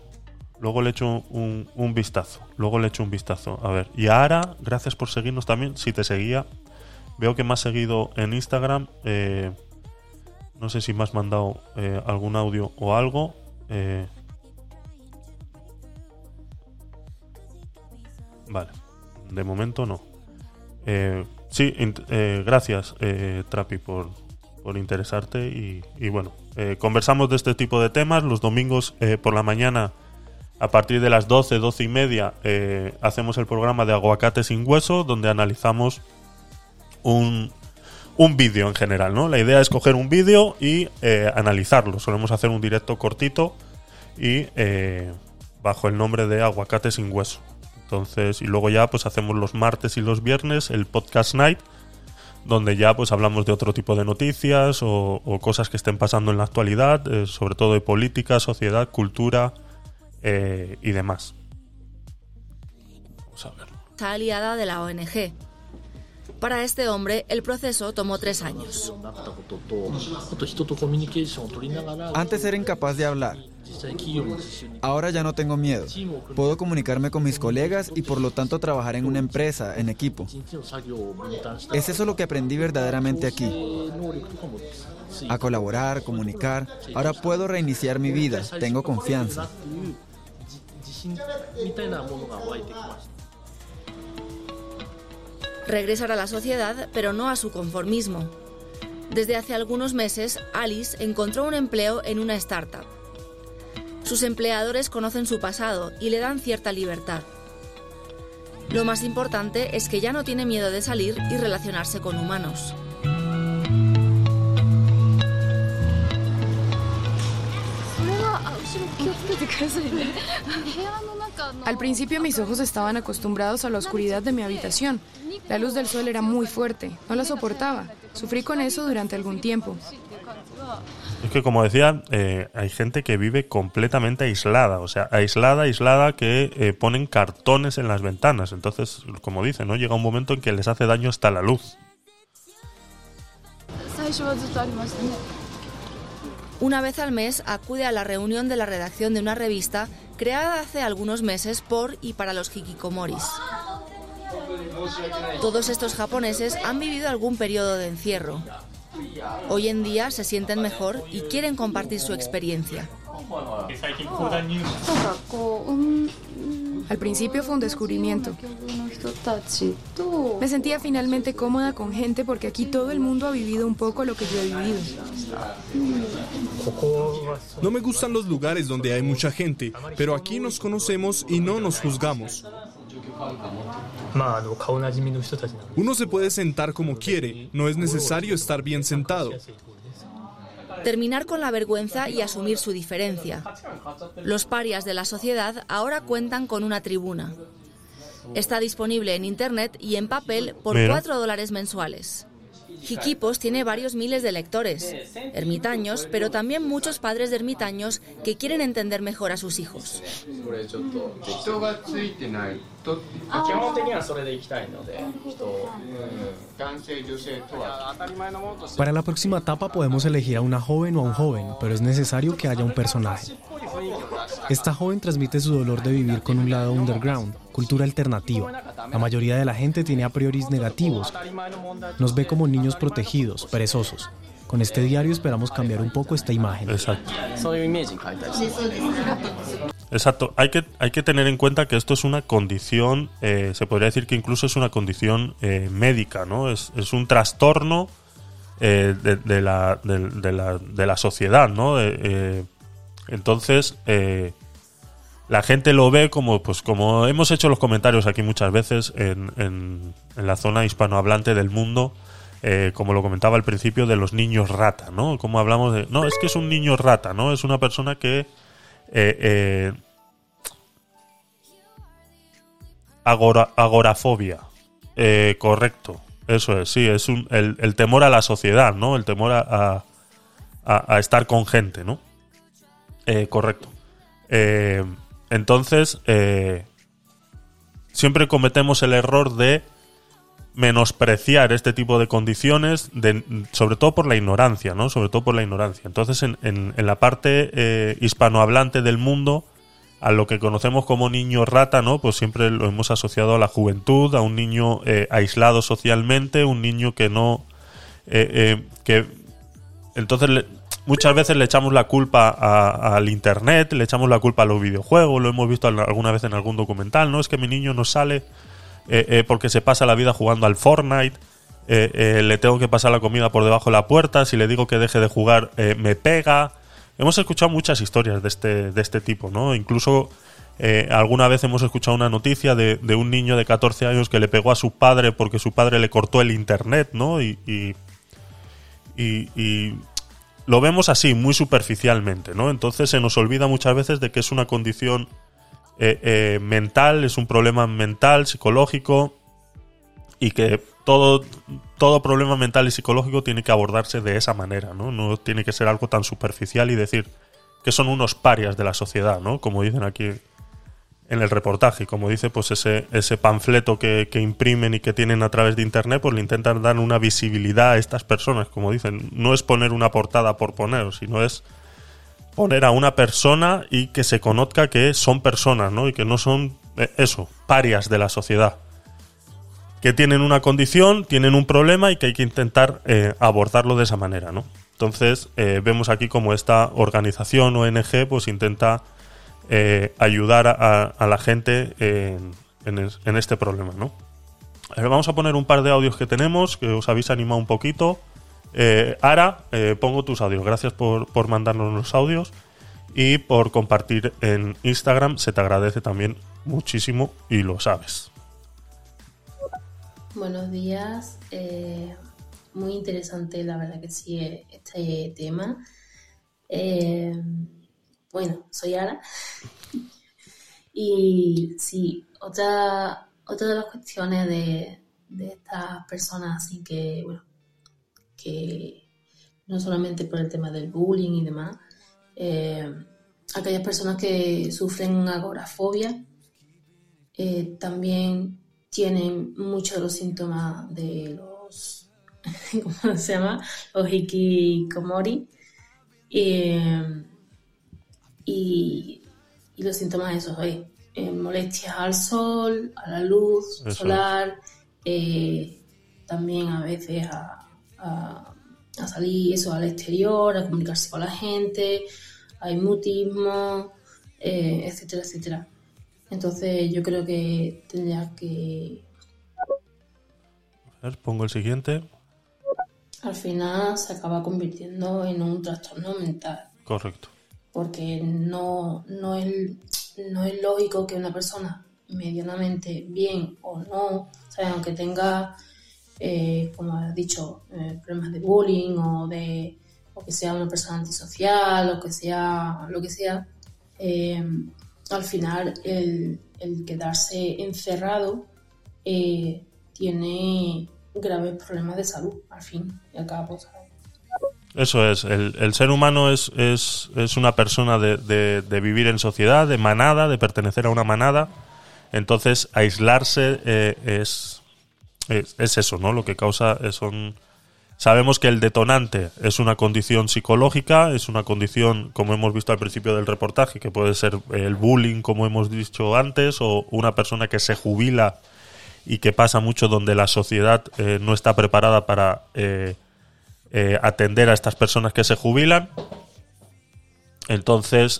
Speaker 2: un vistazo. A ver. Y Ara, gracias por seguirnos también. Si te seguía, veo que me has seguido en Instagram. No sé si me has mandado algún audio o algo. Vale. De momento no. Sí, gracias, Trapi, por interesarte. Y bueno, conversamos de este tipo de temas. Los domingos por la mañana, a partir de las 12, 12 y media, hacemos el programa de Aguacate sin Hueso, donde analizamos un vídeo en general, ¿no? La idea es coger un vídeo y analizarlo. Solemos hacer un directo cortito y bajo el nombre de Aguacate sin Hueso. Entonces, y luego ya pues hacemos los martes y los viernes el Podcast Night, donde ya pues hablamos de otro tipo de noticias o cosas que estén pasando en la actualidad, sobre todo de política, sociedad, cultura y demás. Vamos a ver.
Speaker 4: Está aliada de la ONG. Para este hombre, el proceso tomó 3 años.
Speaker 13: Antes era incapaz de hablar. Ahora ya no tengo miedo. Puedo comunicarme con mis colegas y por lo tanto trabajar en una empresa, en equipo. Es eso lo que aprendí verdaderamente aquí. A colaborar, comunicar. Ahora puedo reiniciar mi vida. Tengo confianza.
Speaker 4: Regresar a la sociedad, pero no a su conformismo. Desde hace algunos meses, Alice encontró un empleo en una startup. Sus empleadores conocen su pasado y le dan cierta libertad. Lo más importante es que ya no tiene miedo de salir y relacionarse con humanos.
Speaker 7: Al principio mis ojos estaban acostumbrados a la oscuridad de mi habitación. La luz del sol era muy fuerte, no la soportaba. Sufrí con eso durante algún tiempo.
Speaker 2: Es que, como decía, hay gente que vive completamente aislada, o sea, aislada, que ponen cartones en las ventanas. Entonces, como dicen, ¿no? Llega un momento en que les hace daño hasta la luz.
Speaker 4: Una vez al mes acude a la reunión de la redacción de una revista creada hace algunos meses por y para los hikikomoris. Todos estos japoneses han vivido algún periodo de encierro. Hoy en día se sienten mejor y quieren compartir su experiencia.
Speaker 7: Al principio fue un descubrimiento. Me sentía finalmente cómoda con gente porque aquí todo el mundo ha vivido un poco lo que yo he vivido.
Speaker 14: No me gustan los lugares donde hay mucha gente, pero aquí nos conocemos y no nos juzgamos. Uno se puede sentar como quiere, no es necesario estar bien sentado.
Speaker 4: Terminar con la vergüenza y asumir su diferencia. Los parias de la sociedad ahora cuentan con una tribuna. Está disponible en internet y en papel por $4 mensuales. Hikipos tiene varios miles de lectores, ermitaños, pero también muchos padres de ermitaños que quieren entender mejor a sus hijos.
Speaker 15: Para la próxima etapa podemos elegir a una joven o a un joven, pero es necesario que haya un personaje. Esta joven transmite su dolor de vivir con un lado underground, cultura alternativa. La mayoría de la gente tiene a priori negativos. Nos ve como niños protegidos, perezosos. Con este diario esperamos cambiar un poco esta imagen.
Speaker 2: Exacto. Hay que tener en cuenta que esto es una condición, se podría decir que incluso es una condición médica, ¿no? Es un trastorno de la sociedad, ¿no? Entonces, la gente lo ve como hemos hecho los comentarios aquí muchas veces en la zona hispanohablante del mundo, como lo comentaba al principio, de los niños rata, ¿no? Como hablamos de... No, es que es un niño rata, ¿no? Es una persona que... agorafobia. Correcto. Eso es, sí. Es el temor a la sociedad, ¿no? El temor a estar con gente, ¿no? Correcto. Entonces, siempre cometemos el error de menospreciar este tipo de condiciones, sobre todo por la ignorancia, ¿no? Sobre todo por la ignorancia. Entonces, en la parte hispanohablante del mundo, a lo que conocemos como niño rata, ¿no? Pues siempre lo hemos asociado a la juventud, a un niño aislado socialmente, un niño que no... entonces, muchas veces le echamos la culpa al internet, le echamos la culpa a los videojuegos, lo hemos visto alguna vez en algún documental, ¿no? Es que mi niño no sale porque se pasa la vida jugando al Fortnite, le tengo que pasar la comida por debajo de la puerta, si le digo que deje de jugar me pega. Hemos escuchado muchas historias de este tipo, ¿no? Incluso alguna vez hemos escuchado una noticia de un niño de 14 años que le pegó a su padre porque su padre le cortó el internet, ¿no? Y lo vemos así, muy superficialmente, ¿no? Entonces se nos olvida muchas veces de que es una condición mental, es un problema mental, psicológico, y que todo problema mental y psicológico tiene que abordarse de esa manera, ¿no? No tiene que ser algo tan superficial y decir que son unos parias de la sociedad, ¿no? Como dicen aquí en el reportaje, como dice, pues ese panfleto que imprimen y que tienen a través de internet, pues le intentan dar una visibilidad a estas personas, como dicen. No es poner una portada por poner, sino es poner a una persona y que se conozca que son personas, ¿no? Y que no son, parias de la sociedad. Que tienen una condición, tienen un problema y que hay que intentar abordarlo de esa manera, ¿no? Entonces, vemos aquí como esta organización ONG pues intenta ayudar a la gente en este problema, ¿no? Vamos a poner un par de audios que tenemos, que os habéis animado un poquito. Ara, pongo tus audios. Gracias por mandarnos los audios y por compartir en Instagram. Se te agradece también muchísimo y lo sabes.
Speaker 16: Buenos días. Muy interesante, la verdad que sí, este tema. Bueno, soy Ara. Y sí, otra de las cuestiones de estas personas, así que, bueno, que no solamente por el tema del bullying y demás, aquellas personas que sufren agorafobia también tienen muchos de los síntomas de los, ¿cómo se llama? Los hikikomori. Y los síntomas esos, molestias al sol, a la luz solar, también a veces a salir al exterior, a comunicarse con la gente, hay mutismo, etcétera, etcétera. Entonces yo creo que tendría que...
Speaker 2: A ver, pongo el siguiente.
Speaker 16: Al final se acaba convirtiendo en un trastorno mental.
Speaker 2: Correcto.
Speaker 16: Porque no es lógico que una persona medianamente bien o no, o sea, aunque tenga, como has dicho, problemas de bullying o que sea una persona antisocial o que sea lo que sea, al final el quedarse encerrado tiene graves problemas de salud, al fin y al cabo, ¿sabes?
Speaker 2: Eso es, el ser humano es una persona de vivir en sociedad, de manada, de pertenecer a una manada. Entonces aislarse es eso, ¿no? Lo que causa sabemos que el detonante es una condición psicológica, es una condición, como hemos visto al principio del reportaje, que puede ser el bullying, como hemos dicho antes, o una persona que se jubila y que pasa mucho donde la sociedad no está preparada para atender a estas personas que se jubilan. Entonces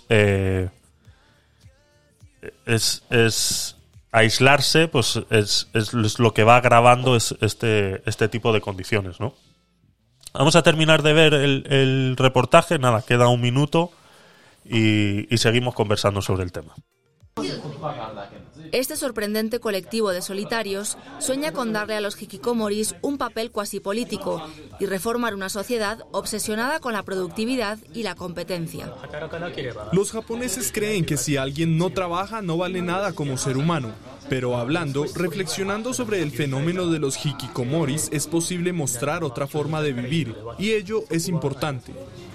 Speaker 2: es aislarse, pues es lo que va agravando este tipo de condiciones, ¿no? Vamos a terminar de ver el reportaje, nada, queda un minuto y seguimos conversando sobre el tema.
Speaker 4: Este sorprendente colectivo de solitarios sueña con darle a los hikikomoris un papel cuasi político y reformar una sociedad obsesionada con la productividad y la competencia.
Speaker 14: Los japoneses creen que si alguien no trabaja no vale nada como ser humano, pero reflexionando sobre el fenómeno de los hikikomoris, es posible mostrar otra forma de vivir, y ello es importante.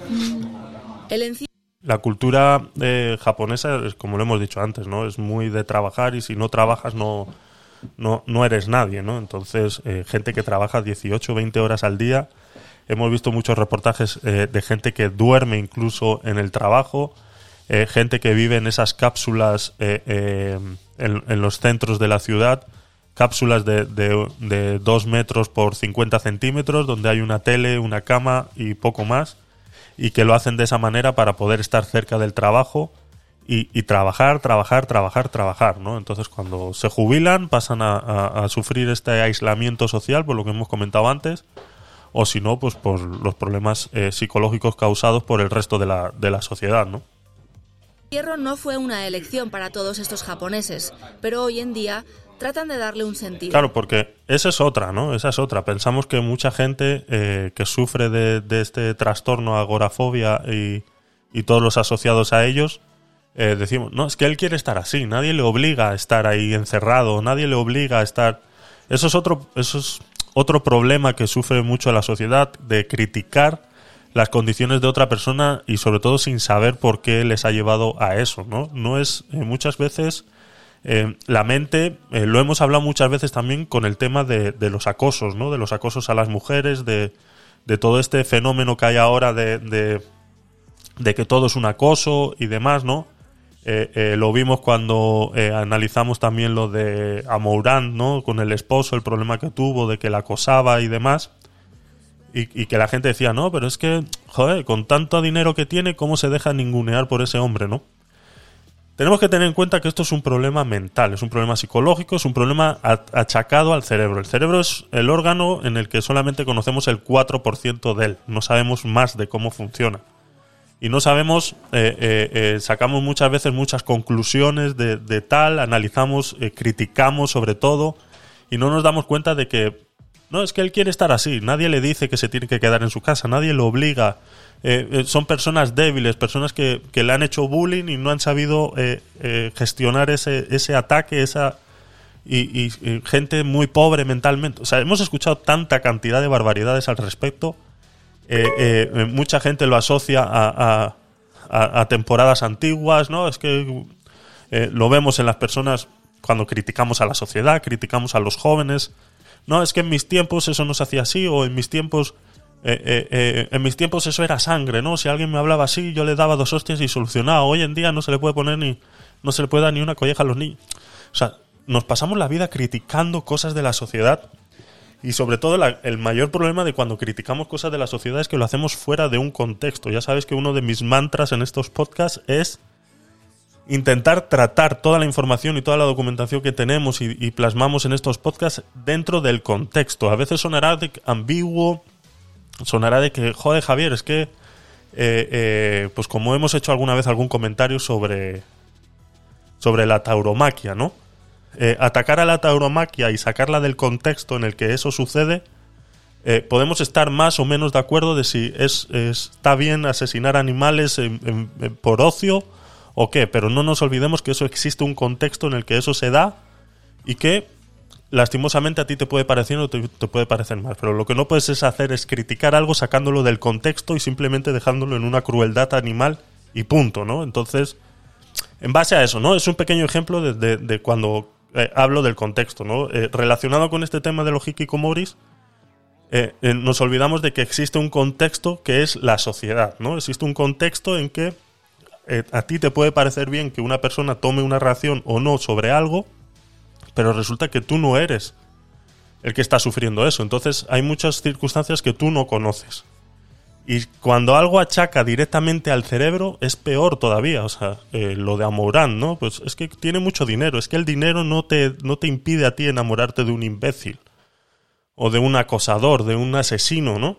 Speaker 2: La cultura japonesa, como lo hemos dicho antes, ¿no? Es muy de trabajar y si no trabajas no eres nadie, ¿no? Entonces, gente que trabaja 18 o 20 horas al día. Hemos visto muchos reportajes de gente que duerme incluso en el trabajo, gente que vive en esas cápsulas en los centros de la ciudad, cápsulas de 2 metros por 50 centímetros, donde hay una tele, una cama y poco más, y que lo hacen de esa manera para poder estar cerca del trabajo y trabajar, ¿no? Entonces, cuando se jubilan, pasan a sufrir este aislamiento social, por lo que hemos comentado antes, o si no, pues por los problemas psicológicos causados por el resto de la sociedad, ¿no?
Speaker 4: El encierro no fue una elección para todos estos japoneses, pero hoy en día tratan de darle un sentido.
Speaker 2: Claro, porque esa es otra, ¿no? Esa es otra. Pensamos que mucha gente que sufre de este trastorno, agorafobia y todos los asociados a ellos, decimos, no, es que él quiere estar así, nadie le obliga a estar ahí encerrado, nadie le obliga a estar... Eso es otro problema que sufre mucho la sociedad, de criticar las condiciones de otra persona y sobre todo sin saber por qué les ha llevado a eso, ¿no? No es, muchas veces, la mente, lo hemos hablado muchas veces también con el tema de los acosos, ¿no? De los acosos a las mujeres, de todo este fenómeno que hay ahora de que todo es un acoso y demás, ¿no? Lo vimos cuando analizamos también lo de Amourán, ¿no? Con el esposo, el problema que tuvo de que la acosaba y demás. Y que la gente decía, no, pero es que, joder, con tanto dinero que tiene, ¿cómo se deja ningunear por ese hombre, no? Tenemos que tener en cuenta que esto es un problema mental, es un problema psicológico, es un problema achacado al cerebro. El cerebro es el órgano en el que solamente conocemos el 4% de él. No sabemos más de cómo funciona. Y no sabemos, sacamos muchas veces muchas conclusiones de tal, analizamos, criticamos sobre todo, y no nos damos cuenta de que no, es que él quiere estar así. Nadie le dice que se tiene que quedar en su casa. Nadie lo obliga. Son personas débiles, personas que le han hecho bullying y no han sabido gestionar ese ataque, y gente muy pobre mentalmente. O sea, hemos escuchado tanta cantidad de barbaridades al respecto. Mucha gente lo asocia a temporadas antiguas, ¿no? Es que lo vemos en las personas cuando criticamos a la sociedad, criticamos a los jóvenes. No, es que en mis tiempos eso no se hacía así, o en mis tiempos eso era sangre, ¿no? Si alguien me hablaba así, yo le daba 2 hostias y solucionaba. Hoy en día no se le puede poner no se le puede dar ni una colleja a los niños. O sea, nos pasamos la vida criticando cosas de la sociedad, y sobre todo el mayor problema de cuando criticamos cosas de la sociedad es que lo hacemos fuera de un contexto. Ya sabes que uno de mis mantras en estos podcasts es intentar tratar toda la información y toda la documentación que tenemos y plasmamos en estos podcasts dentro del contexto. A veces sonará de ambiguo, sonará de que, joder, Javier, es que pues como hemos hecho alguna vez algún comentario sobre la tauromaquia, ¿no? Atacar a la tauromaquia y sacarla del contexto en el que eso sucede, podemos estar más o menos de acuerdo de si está bien asesinar animales por ocio o qué, pero no nos olvidemos que eso existe un contexto en el que eso se da y que lastimosamente a ti te puede parecer o te puede parecer mal, pero lo que no puedes hacer es criticar algo sacándolo del contexto y simplemente dejándolo en una crueldad animal y punto, ¿no? Entonces, en base a eso, ¿no? Es un pequeño ejemplo de cuando hablo del contexto, ¿no? Relacionado con este tema de los hikikomoris, nos olvidamos de que existe un contexto que es la sociedad, ¿no? Existe un contexto en que a ti te puede parecer bien que una persona tome una reacción o no sobre algo, pero resulta que tú no eres el que está sufriendo eso. Entonces hay muchas circunstancias que tú no conoces. Y cuando algo achaca directamente al cerebro es peor todavía. O sea, lo de Amourán, ¿no? Pues es que tiene mucho dinero. Es que el dinero no te impide a ti enamorarte de un imbécil o de un acosador, de un asesino, ¿no?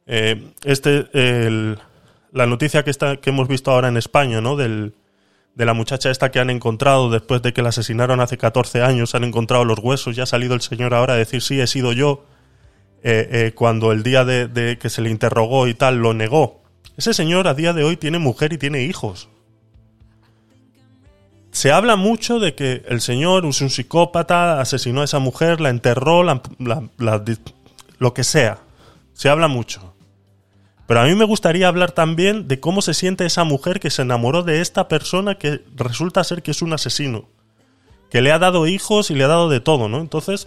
Speaker 2: La noticia que hemos visto ahora en España, ¿no? De la muchacha esta que han encontrado después de que la asesinaron hace 14 años, han encontrado los huesos, ya ha salido el señor ahora a decir sí, he sido yo, cuando el día de que se le interrogó y tal lo negó. Ese señor a día de hoy tiene mujer y tiene hijos. Se habla mucho de que el señor es un psicópata, asesinó a esa mujer, la enterró, lo que sea. Se habla mucho. Pero a mí me gustaría hablar también de cómo se siente esa mujer que se enamoró de esta persona que resulta ser que es un asesino, que le ha dado hijos y le ha dado de todo, ¿no? Entonces,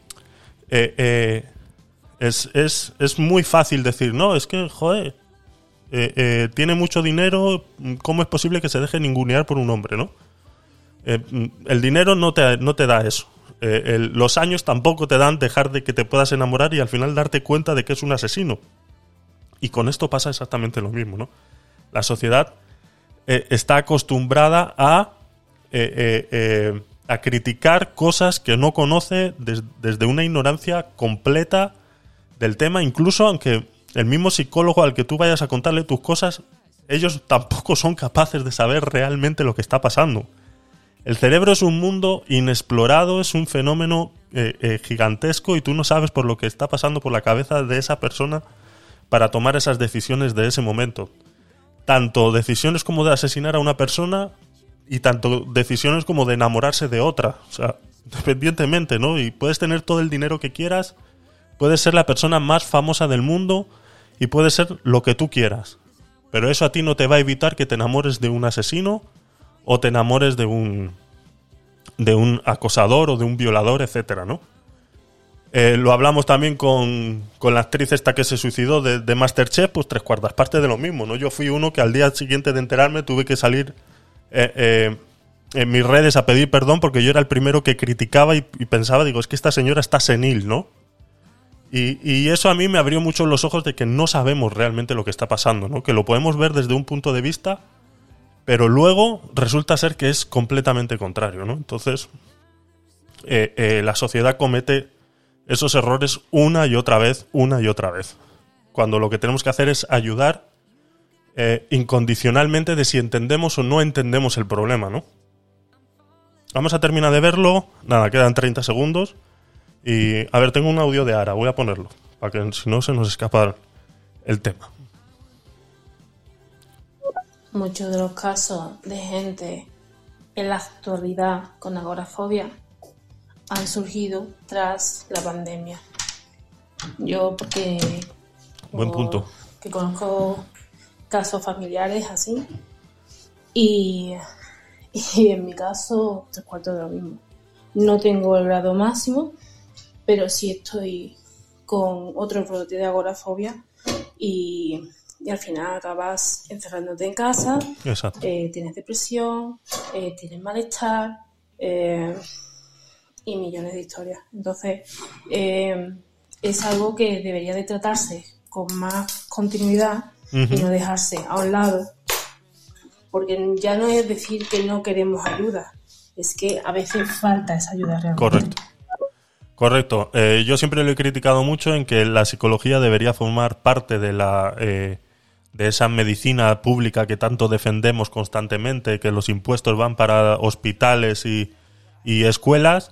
Speaker 2: es muy fácil decir, no, es que, joder, tiene mucho dinero, ¿cómo es posible que se deje ningunear por un hombre, no? El dinero no te da eso. Los años tampoco te dan dejar de que te puedas enamorar y al final darte cuenta de que es un asesino. Y con esto pasa exactamente lo mismo, ¿no? La sociedad está acostumbrada a criticar cosas que no conoce desde una ignorancia completa del tema, incluso aunque el mismo psicólogo al que tú vayas a contarle tus cosas, ellos tampoco son capaces de saber realmente lo que está pasando. El cerebro es un mundo inexplorado, es un fenómeno gigantesco y tú no sabes por lo que está pasando por la cabeza de esa persona para tomar esas decisiones de ese momento. Tanto decisiones como de asesinar a una persona y tanto decisiones como de enamorarse de otra. O sea, independientemente, ¿no? Y puedes tener todo el dinero que quieras, Puedes ser la persona más famosa del mundo y puedes ser lo que tú quieras. Pero eso a ti no te va a evitar que te enamores de un asesino o te enamores de un acosador o de un violador, etcétera, ¿no? Lo hablamos también con la actriz esta que se suicidó de MasterChef, pues 3/4 partes de lo mismo, ¿no? Yo fui uno que al día siguiente de enterarme tuve que salir en mis redes a pedir perdón porque yo era el primero que criticaba y pensaba, digo, es que esta señora está senil, ¿no? Y eso a mí me abrió mucho los ojos de que no sabemos realmente lo que está pasando, ¿no? Que lo podemos ver desde un punto de vista, pero luego resulta ser que es completamente contrario, ¿no? Entonces, la sociedad comete esos errores una y otra vez, cuando lo que tenemos que hacer es ayudar incondicionalmente de si entendemos o no entendemos el problema, ¿no? Vamos a terminar de verlo. Nada, quedan 30 segundos. Y, a ver, tengo un audio de Ara, voy a ponerlo, para que si no se nos escapa el tema.
Speaker 16: Muchos de los casos de gente en la actualidad con agorafobia han surgido tras la pandemia. Yo porque
Speaker 2: buen punto.
Speaker 16: Que conozco casos familiares así y en mi caso 3/4 de lo mismo. No tengo el grado máximo, pero sí estoy con otro brote de agorafobia y al final acabas encerrándote en casa.
Speaker 2: Exacto.
Speaker 16: Tienes depresión, tienes malestar y millones de historias. Entonces, es algo que debería de tratarse con más continuidad y no dejarse a un lado, porque ya no es decir que no queremos ayuda, es que a veces falta esa ayuda realmente.
Speaker 2: Correcto. Yo siempre lo he criticado mucho en que la psicología debería formar parte de esa medicina pública que tanto defendemos constantemente, que los impuestos van para hospitales y escuelas.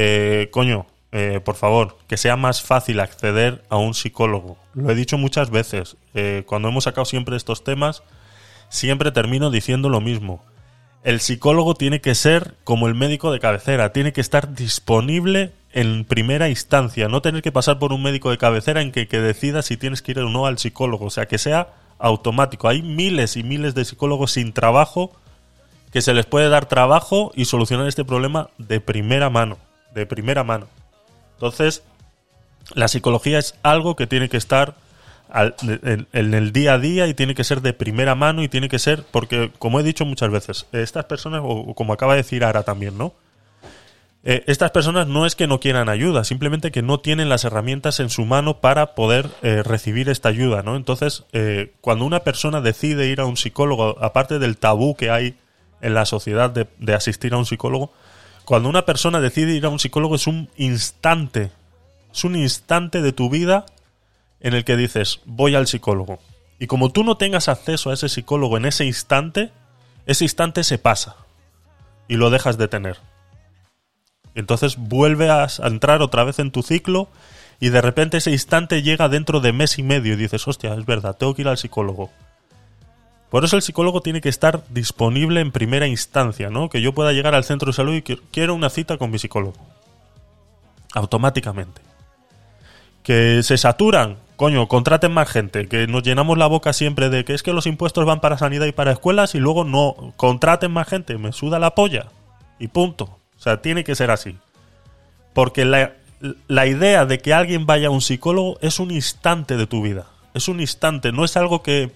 Speaker 2: Por favor, que sea más fácil acceder a un psicólogo. Lo he dicho muchas veces. Cuando hemos sacado siempre estos temas, siempre termino diciendo lo mismo. El psicólogo tiene que ser como el médico de cabecera, tiene que estar disponible en primera instancia, no tener que pasar por un médico de cabecera en que decida si tienes que ir o no al psicólogo, o sea, que sea automático. Hay miles y miles de psicólogos sin trabajo que se les puede dar trabajo y solucionar este problema de primera mano. Entonces, la psicología es algo que tiene que estar en el día a día y tiene que ser de primera mano y tiene que ser, porque como he dicho muchas veces, estas personas, o como acaba de decir Ara también, ¿no? Estas personas no es que no quieran ayuda, simplemente que no tienen las herramientas en su mano para poder recibir esta ayuda, ¿no? Entonces, cuando una persona decide ir a un psicólogo, aparte del tabú que hay en la sociedad de asistir a un psicólogo, cuando una persona decide ir a un psicólogo es un instante de tu vida en el que dices, voy al psicólogo. Y como tú no tengas acceso a ese psicólogo en ese instante se pasa y lo dejas de tener. Entonces vuelve a entrar otra vez en tu ciclo y de repente ese instante llega dentro de mes y medio y dices, hostia, es verdad, tengo que ir al psicólogo. Por eso el psicólogo tiene que estar disponible en primera instancia, ¿no? Que yo pueda llegar al centro de salud y quiero una cita con mi psicólogo. Automáticamente. Que se saturan, contraten más gente, que nos llenamos la boca siempre de que es que los impuestos van para sanidad y para escuelas y luego no, contraten más gente, me suda la polla y punto. O sea, tiene que ser así. Porque la idea de que alguien vaya a un psicólogo es un instante de tu vida. Es un instante, no es algo que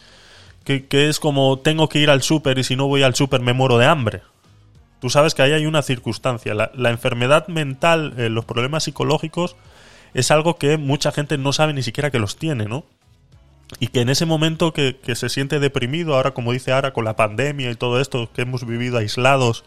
Speaker 2: es como tengo que ir al súper y si no voy al súper me muero de hambre. Tú sabes que ahí hay una circunstancia. La enfermedad mental, los problemas psicológicos, es algo que mucha gente no sabe ni siquiera que los tiene, ¿no? Y que en ese momento que se siente deprimido, ahora como dice Ara, con la pandemia y todo esto, que hemos vivido aislados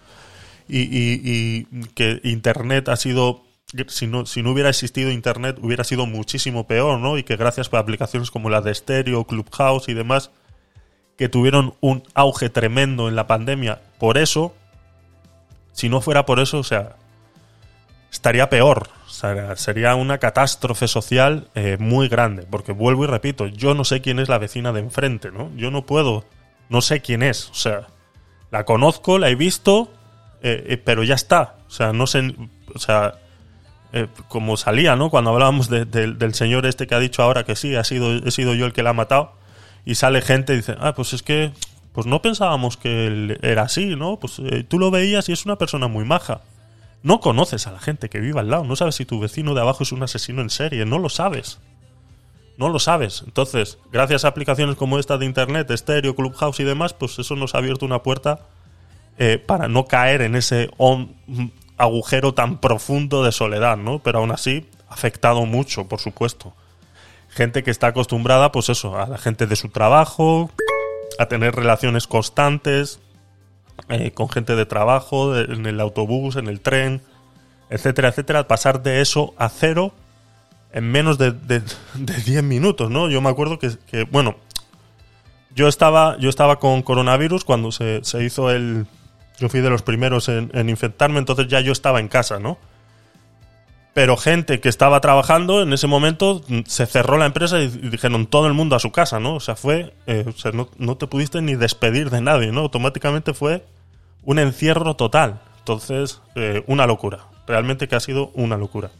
Speaker 2: y que Internet ha sido, si no hubiera existido Internet hubiera sido muchísimo peor, ¿no? Y que gracias a aplicaciones como la de Stereo, Clubhouse y demás, que tuvieron un auge tremendo en la pandemia, por eso, si no fuera por eso, o sea, estaría peor. O sea, sería una catástrofe social muy grande. Porque vuelvo y repito, yo no sé quién es la vecina de enfrente, ¿no? Yo no sé quién es. O sea, la conozco, la he visto, pero ya está. O sea, no sé. O sea, como salía, ¿no? Cuando hablábamos del señor este que ha dicho ahora que sí, he sido yo el que la ha matado, y sale gente y dice, pues es que pues no pensábamos que él era así, ¿no? Pues tú lo veías y es una persona muy maja. No conoces a la gente que vive al lado, no sabes si tu vecino de abajo es un asesino en serie, no lo sabes. No lo sabes. Entonces, gracias a aplicaciones como esta de internet, Stereo, Clubhouse y demás, pues eso nos ha abierto una puerta para no caer en ese agujero tan profundo de soledad, ¿no? Pero aún así, ha afectado mucho, por supuesto. Gente que está acostumbrada, pues eso, a la gente de su trabajo, a tener relaciones constantes con gente de trabajo, en el autobús, en el tren, etcétera, etcétera. Pasar de eso a cero en menos de 10 minutos, ¿no? Yo me acuerdo que bueno, yo estaba con coronavirus cuando se hizo yo fui de los primeros en infectarme, entonces ya yo estaba en casa, ¿no? Pero gente que estaba trabajando en ese momento, se cerró la empresa y dijeron todo el mundo a su casa, ¿no? O sea, no te pudiste ni despedir de nadie, ¿no? Automáticamente fue un encierro total. Entonces, una locura. Realmente que ha sido una locura.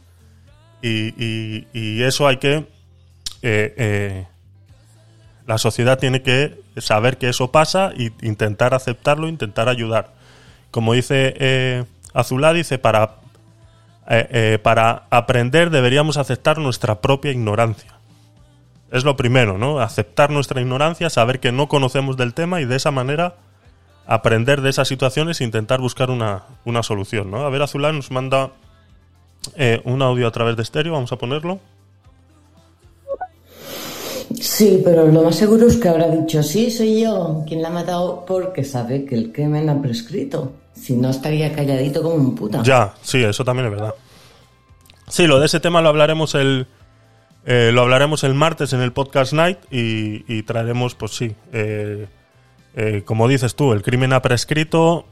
Speaker 2: Y eso hay que... la sociedad tiene que saber que eso pasa e intentar aceptarlo, intentar ayudar. Como dice Azulá, dice, para aprender deberíamos aceptar nuestra propia ignorancia. Es lo primero, ¿no? Aceptar nuestra ignorancia, saber que no conocemos del tema y de esa manera aprender de esas situaciones e intentar buscar una solución, ¿no? A ver, Azulá nos manda un audio a través de Stereo, vamos a ponerlo.
Speaker 17: Sí, pero lo más seguro es que habrá dicho, sí, soy yo quien la ha matado, porque sabe que el crimen ha prescrito. Si no, estaría calladito como un puta.
Speaker 2: Ya, sí, eso también es verdad. Sí, lo de ese tema lo hablaremos el martes en el Podcast Night y traeremos, pues sí, como dices tú, el crimen ha prescrito,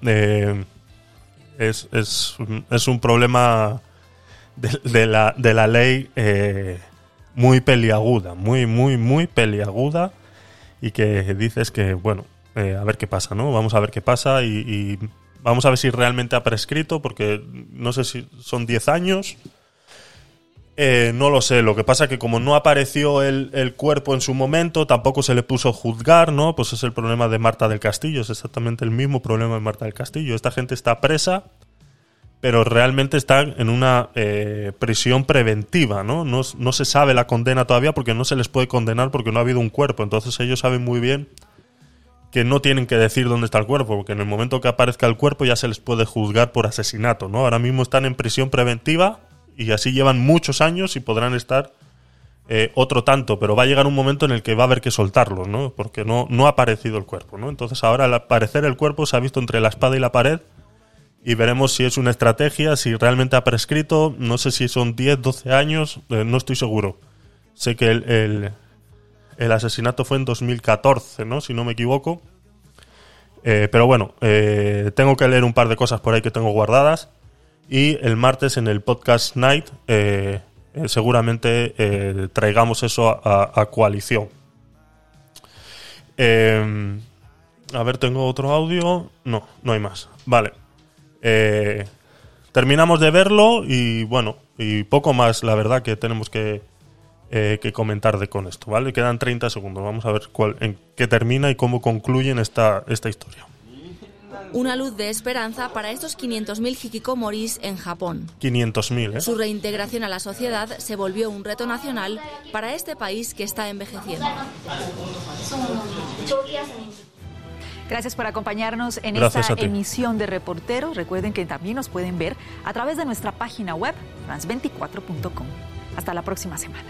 Speaker 2: es un problema de la ley muy peliaguda, muy peliaguda, y que dices que, bueno, a ver qué pasa, ¿no? Vamos a ver qué pasa y vamos a ver si realmente ha prescrito, porque no sé si son 10 años. No lo sé, lo que pasa es que como no apareció el cuerpo en su momento, tampoco se le puso a juzgar, ¿no? Pues es el problema de Marta del Castillo, es exactamente el mismo problema de Marta del Castillo. Esta gente está presa, pero realmente están en una prisión preventiva, ¿no? No se sabe la condena todavía porque no se les puede condenar porque no ha habido un cuerpo. Entonces ellos saben muy bien que no tienen que decir dónde está el cuerpo, porque en el momento que aparezca el cuerpo ya se les puede juzgar por asesinato, ¿no? Ahora mismo están en prisión preventiva y así llevan muchos años y podrán estar otro tanto, pero va a llegar un momento en el que va a haber que soltarlos, ¿no? Porque no ha aparecido el cuerpo, ¿no? Entonces ahora al aparecer el cuerpo se ha visto entre la espada y la pared y veremos si es una estrategia, si realmente ha prescrito. No sé si son 10, 12 años, no estoy seguro. Sé que el asesinato fue en 2014, ¿no? Si no me equivoco. Pero bueno, tengo que leer un par de cosas por ahí que tengo guardadas. Y el martes en el Podcast Night seguramente traigamos eso a coalición. A ver, ¿tengo otro audio? No hay más. Vale. Terminamos de verlo y bueno, y poco más, la verdad, que tenemos que comentar con esto, ¿vale? Quedan 30 segundos. Vamos a ver en qué termina y cómo concluyen esta historia.
Speaker 4: Una luz de esperanza para estos 500.000 hikikomoris en Japón.
Speaker 2: 500.000, ¿eh?
Speaker 4: Su reintegración a la sociedad se volvió un reto nacional para este país que está envejeciendo.
Speaker 3: Gracias por acompañarnos en
Speaker 2: Gracias
Speaker 3: esta emisión de Reporteros. Recuerden que también nos pueden ver a través de nuestra página web, france24.com. Hasta la próxima semana.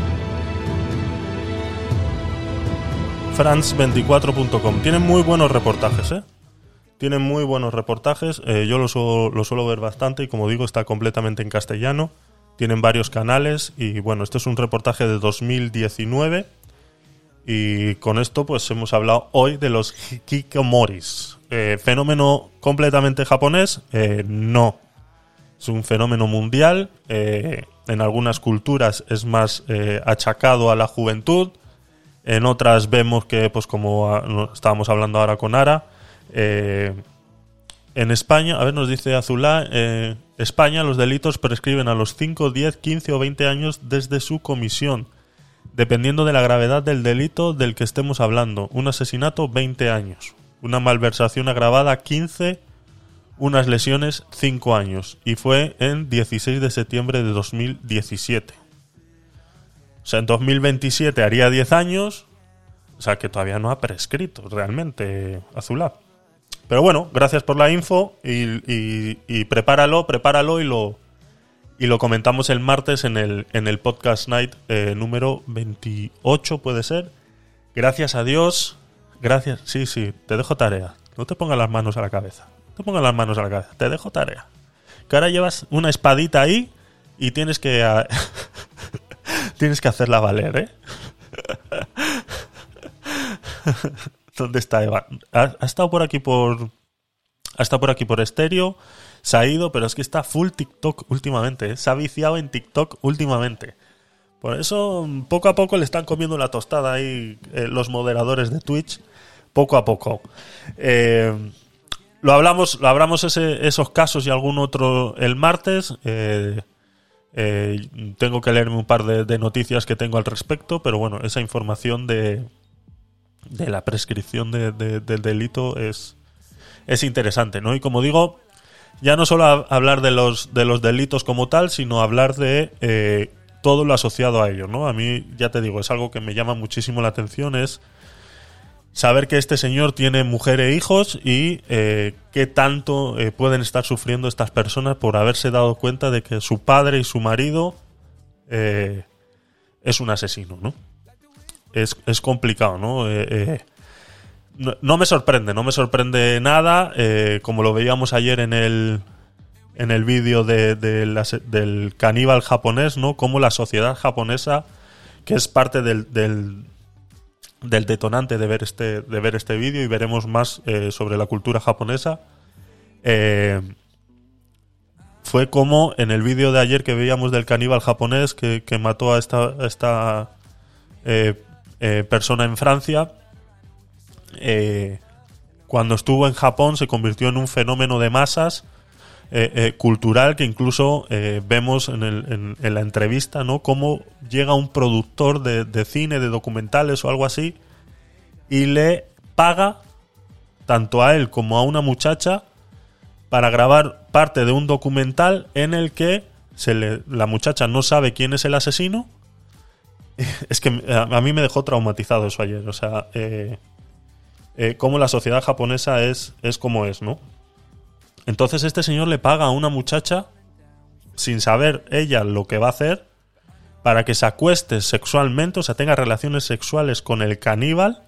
Speaker 2: France24.com. Tienen muy buenos reportajes, ¿eh? Tienen muy buenos reportajes. Yo lo suelo ver bastante y, como digo, está completamente en castellano. Tienen varios canales y, bueno, este es un reportaje de 2019. Y con esto pues hemos hablado hoy de los hikikomoris. ¿Fenómeno completamente japonés? No. Es un fenómeno mundial. En algunas culturas es más achacado a la juventud. En otras vemos que, pues como estábamos hablando ahora con Ara, en España, a ver, nos dice Azulá, España los delitos prescriben a los 5, 10, 15 o 20 años desde su comisión, dependiendo de la gravedad del delito del que estemos hablando. Un asesinato, 20 años. Una malversación agravada, 15. Unas lesiones, 5 años. Y fue en 16 de septiembre de 2017. O sea, en 2027 haría 10 años. O sea, que todavía no ha prescrito realmente, Azulá. Pero bueno, gracias por la info y prepáralo y lo comentamos el martes en el Podcast Night número 28, puede ser. Gracias a Dios. Gracias. Sí, te dejo tarea. No te pongas las manos a la cabeza. Te dejo tarea. Que ahora llevas una espadita ahí y tienes que hacerla valer, ¿eh? ¿Dónde está Eva? Ha estado por aquí por estéreo, se ha ido, pero es que está full TikTok últimamente, ¿eh? Se ha viciado en TikTok últimamente. Por eso, poco a poco le están comiendo la tostada ahí los moderadores de Twitch, poco a poco. Lo hablamos esos casos y algún otro el martes. Tengo que leerme un par de noticias que tengo al respecto, pero bueno, esa información de la prescripción del delito es interesante, ¿no? Y como digo, ya no solo hablar de los delitos como tal, sino hablar de todo lo asociado a ellos, ¿no? A mí, ya te digo, es algo que me llama muchísimo la atención, es saber que este señor tiene mujer e hijos y qué tanto pueden estar sufriendo estas personas por haberse dado cuenta de que su padre y su marido es un asesino, ¿no? Es complicado, ¿no? No me sorprende nada, como lo veíamos ayer en el vídeo del caníbal japonés, ¿no? Como la sociedad japonesa, que es parte del detonante de ver este vídeo, y veremos más sobre la cultura japonesa. Fue como en el vídeo de ayer que veíamos del caníbal japonés que mató a esta persona en Francia. Cuando estuvo en Japón se convirtió en un fenómeno de masas cultural, que incluso vemos en la entrevista, ¿no? Cómo llega un productor de cine, de documentales o algo así, y le paga tanto a él como a una muchacha para grabar parte de un documental en el que la muchacha no sabe quién es el asesino. Es que a mí me dejó traumatizado eso ayer. O sea, cómo la sociedad japonesa es como es, ¿no? Entonces este señor le paga a una muchacha, sin saber ella lo que va a hacer, para que se acueste sexualmente, o sea, tenga relaciones sexuales con el caníbal,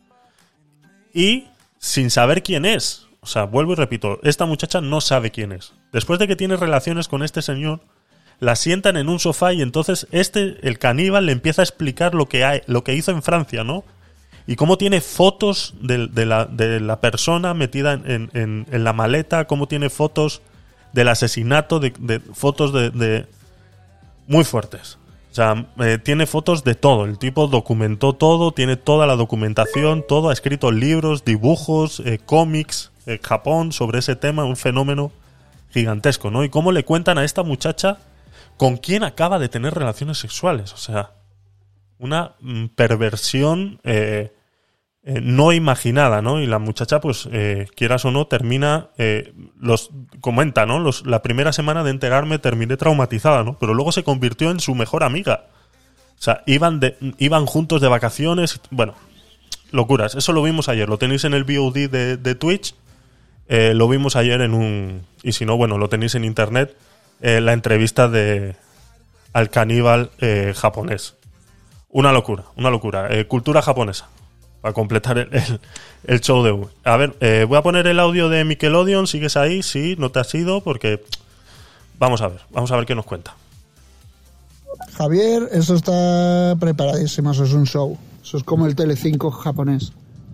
Speaker 2: y sin saber quién es. O sea, vuelvo y repito, esta muchacha no sabe quién es. Después de que tiene relaciones con este señor, la sientan en un sofá y entonces el caníbal le empieza a explicar lo que hizo en Francia, ¿no? Y cómo tiene fotos de la persona metida en la maleta, cómo tiene fotos del asesinato, fotos de muy fuertes. O sea, tiene fotos de todo. El tipo documentó todo, tiene toda la documentación, todo, ha escrito libros, dibujos, cómics, Japón, sobre ese tema, un fenómeno gigantesco, ¿no? Y cómo le cuentan a esta muchacha con quién acaba de tener relaciones sexuales. O sea, una perversión no imaginada, ¿no? Y la muchacha, pues, quieras o no, termina, comenta, ¿no? La primera semana de enterarme terminé traumatizada, ¿no? Pero luego se convirtió en su mejor amiga. O sea, iban juntos de vacaciones. Bueno, locuras. Eso lo vimos ayer. Lo tenéis en el VOD de Twitch. Lo vimos ayer y si no, bueno, lo tenéis en internet. La entrevista al caníbal japonés. Una locura. Cultura japonesa. Para completar el show de hoy. A ver, voy a poner el audio de Nickelodeon. ¿Sigues ahí? Sí, no te has ido porque... Vamos a ver qué nos cuenta.
Speaker 18: Javier, eso está preparadísimo, eso es un show. Eso es como el Telecinco japonés.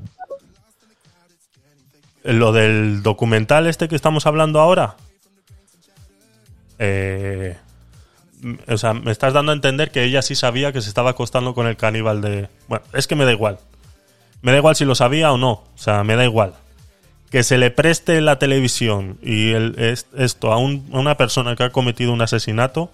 Speaker 2: Lo del documental este que estamos hablando ahora... o sea, me estás dando a entender que ella sí sabía que se estaba acostando con el caníbal de... Bueno, es que me da igual. Me da igual si lo sabía o no. O sea, me da igual. que se le preste la televisión y esto a una persona que ha cometido un asesinato,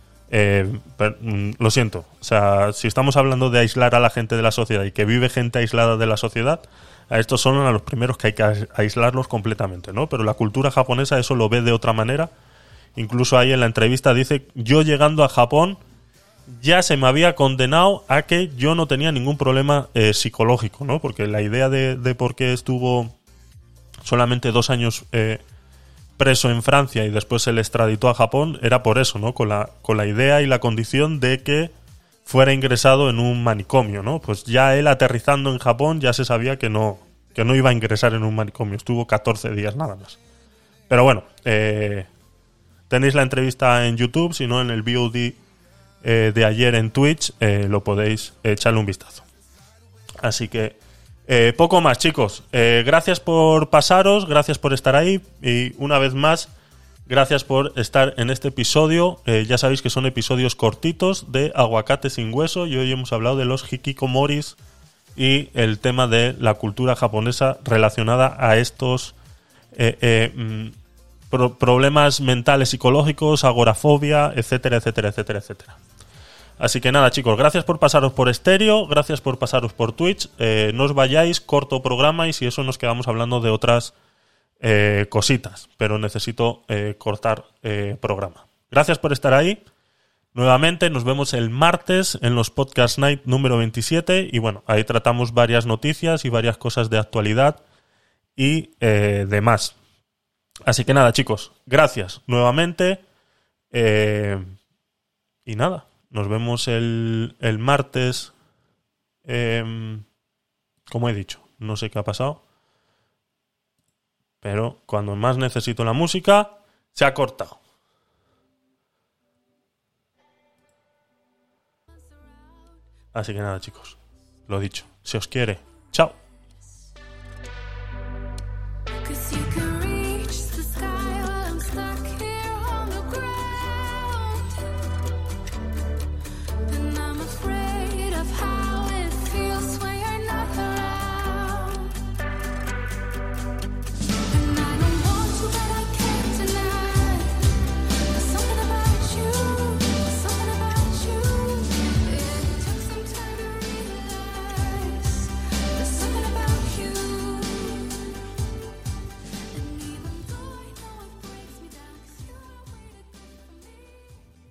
Speaker 2: lo siento. O sea, si estamos hablando de aislar a la gente de la sociedad y que vive gente aislada de la sociedad, a estos son a los primeros que hay que aislarlos completamente, ¿no? Pero la cultura japonesa eso lo ve de otra manera. Incluso ahí en la entrevista dice: yo llegando a Japón ya se me había condenado a que yo no tenía ningún problema psicológico, ¿no? Porque la idea de por qué estuvo solamente 2 años preso en Francia y después se le extraditó a Japón era por eso, ¿no? Con la idea y la condición de que fuera ingresado en un manicomio, ¿no? Pues ya él aterrizando en Japón ya se sabía que no iba a ingresar en un manicomio. Estuvo 14 días nada más. Pero bueno, tenéis la entrevista en YouTube, si no en el VOD de ayer en Twitch, lo podéis echarle un vistazo. Así que poco más, chicos. Gracias por pasaros, gracias por estar ahí y una vez más, gracias por estar en este episodio. Ya sabéis que son episodios cortitos de Aguacate sin Hueso y hoy hemos hablado de los hikikomoris y el tema de la cultura japonesa relacionada a estos problemas mentales psicológicos, agorafobia, etcétera, etcétera, etcétera, etcétera. Así que nada, chicos, gracias por pasaros por Estéreo, gracias por pasaros por Twitch. No os vayáis, corto programa y si eso nos quedamos hablando de otras cositas, pero necesito cortar programa. Gracias por estar ahí. Nuevamente nos vemos el martes en los Podcast Night número 27 y bueno, ahí tratamos varias noticias y varias cosas de actualidad y demás. Así que nada, chicos, gracias nuevamente y nada. Nos vemos el martes. Como he dicho, no sé qué ha pasado. Pero cuando más necesito la música, se ha cortado. Así que nada, chicos. Lo dicho. Se os quiere. Chao.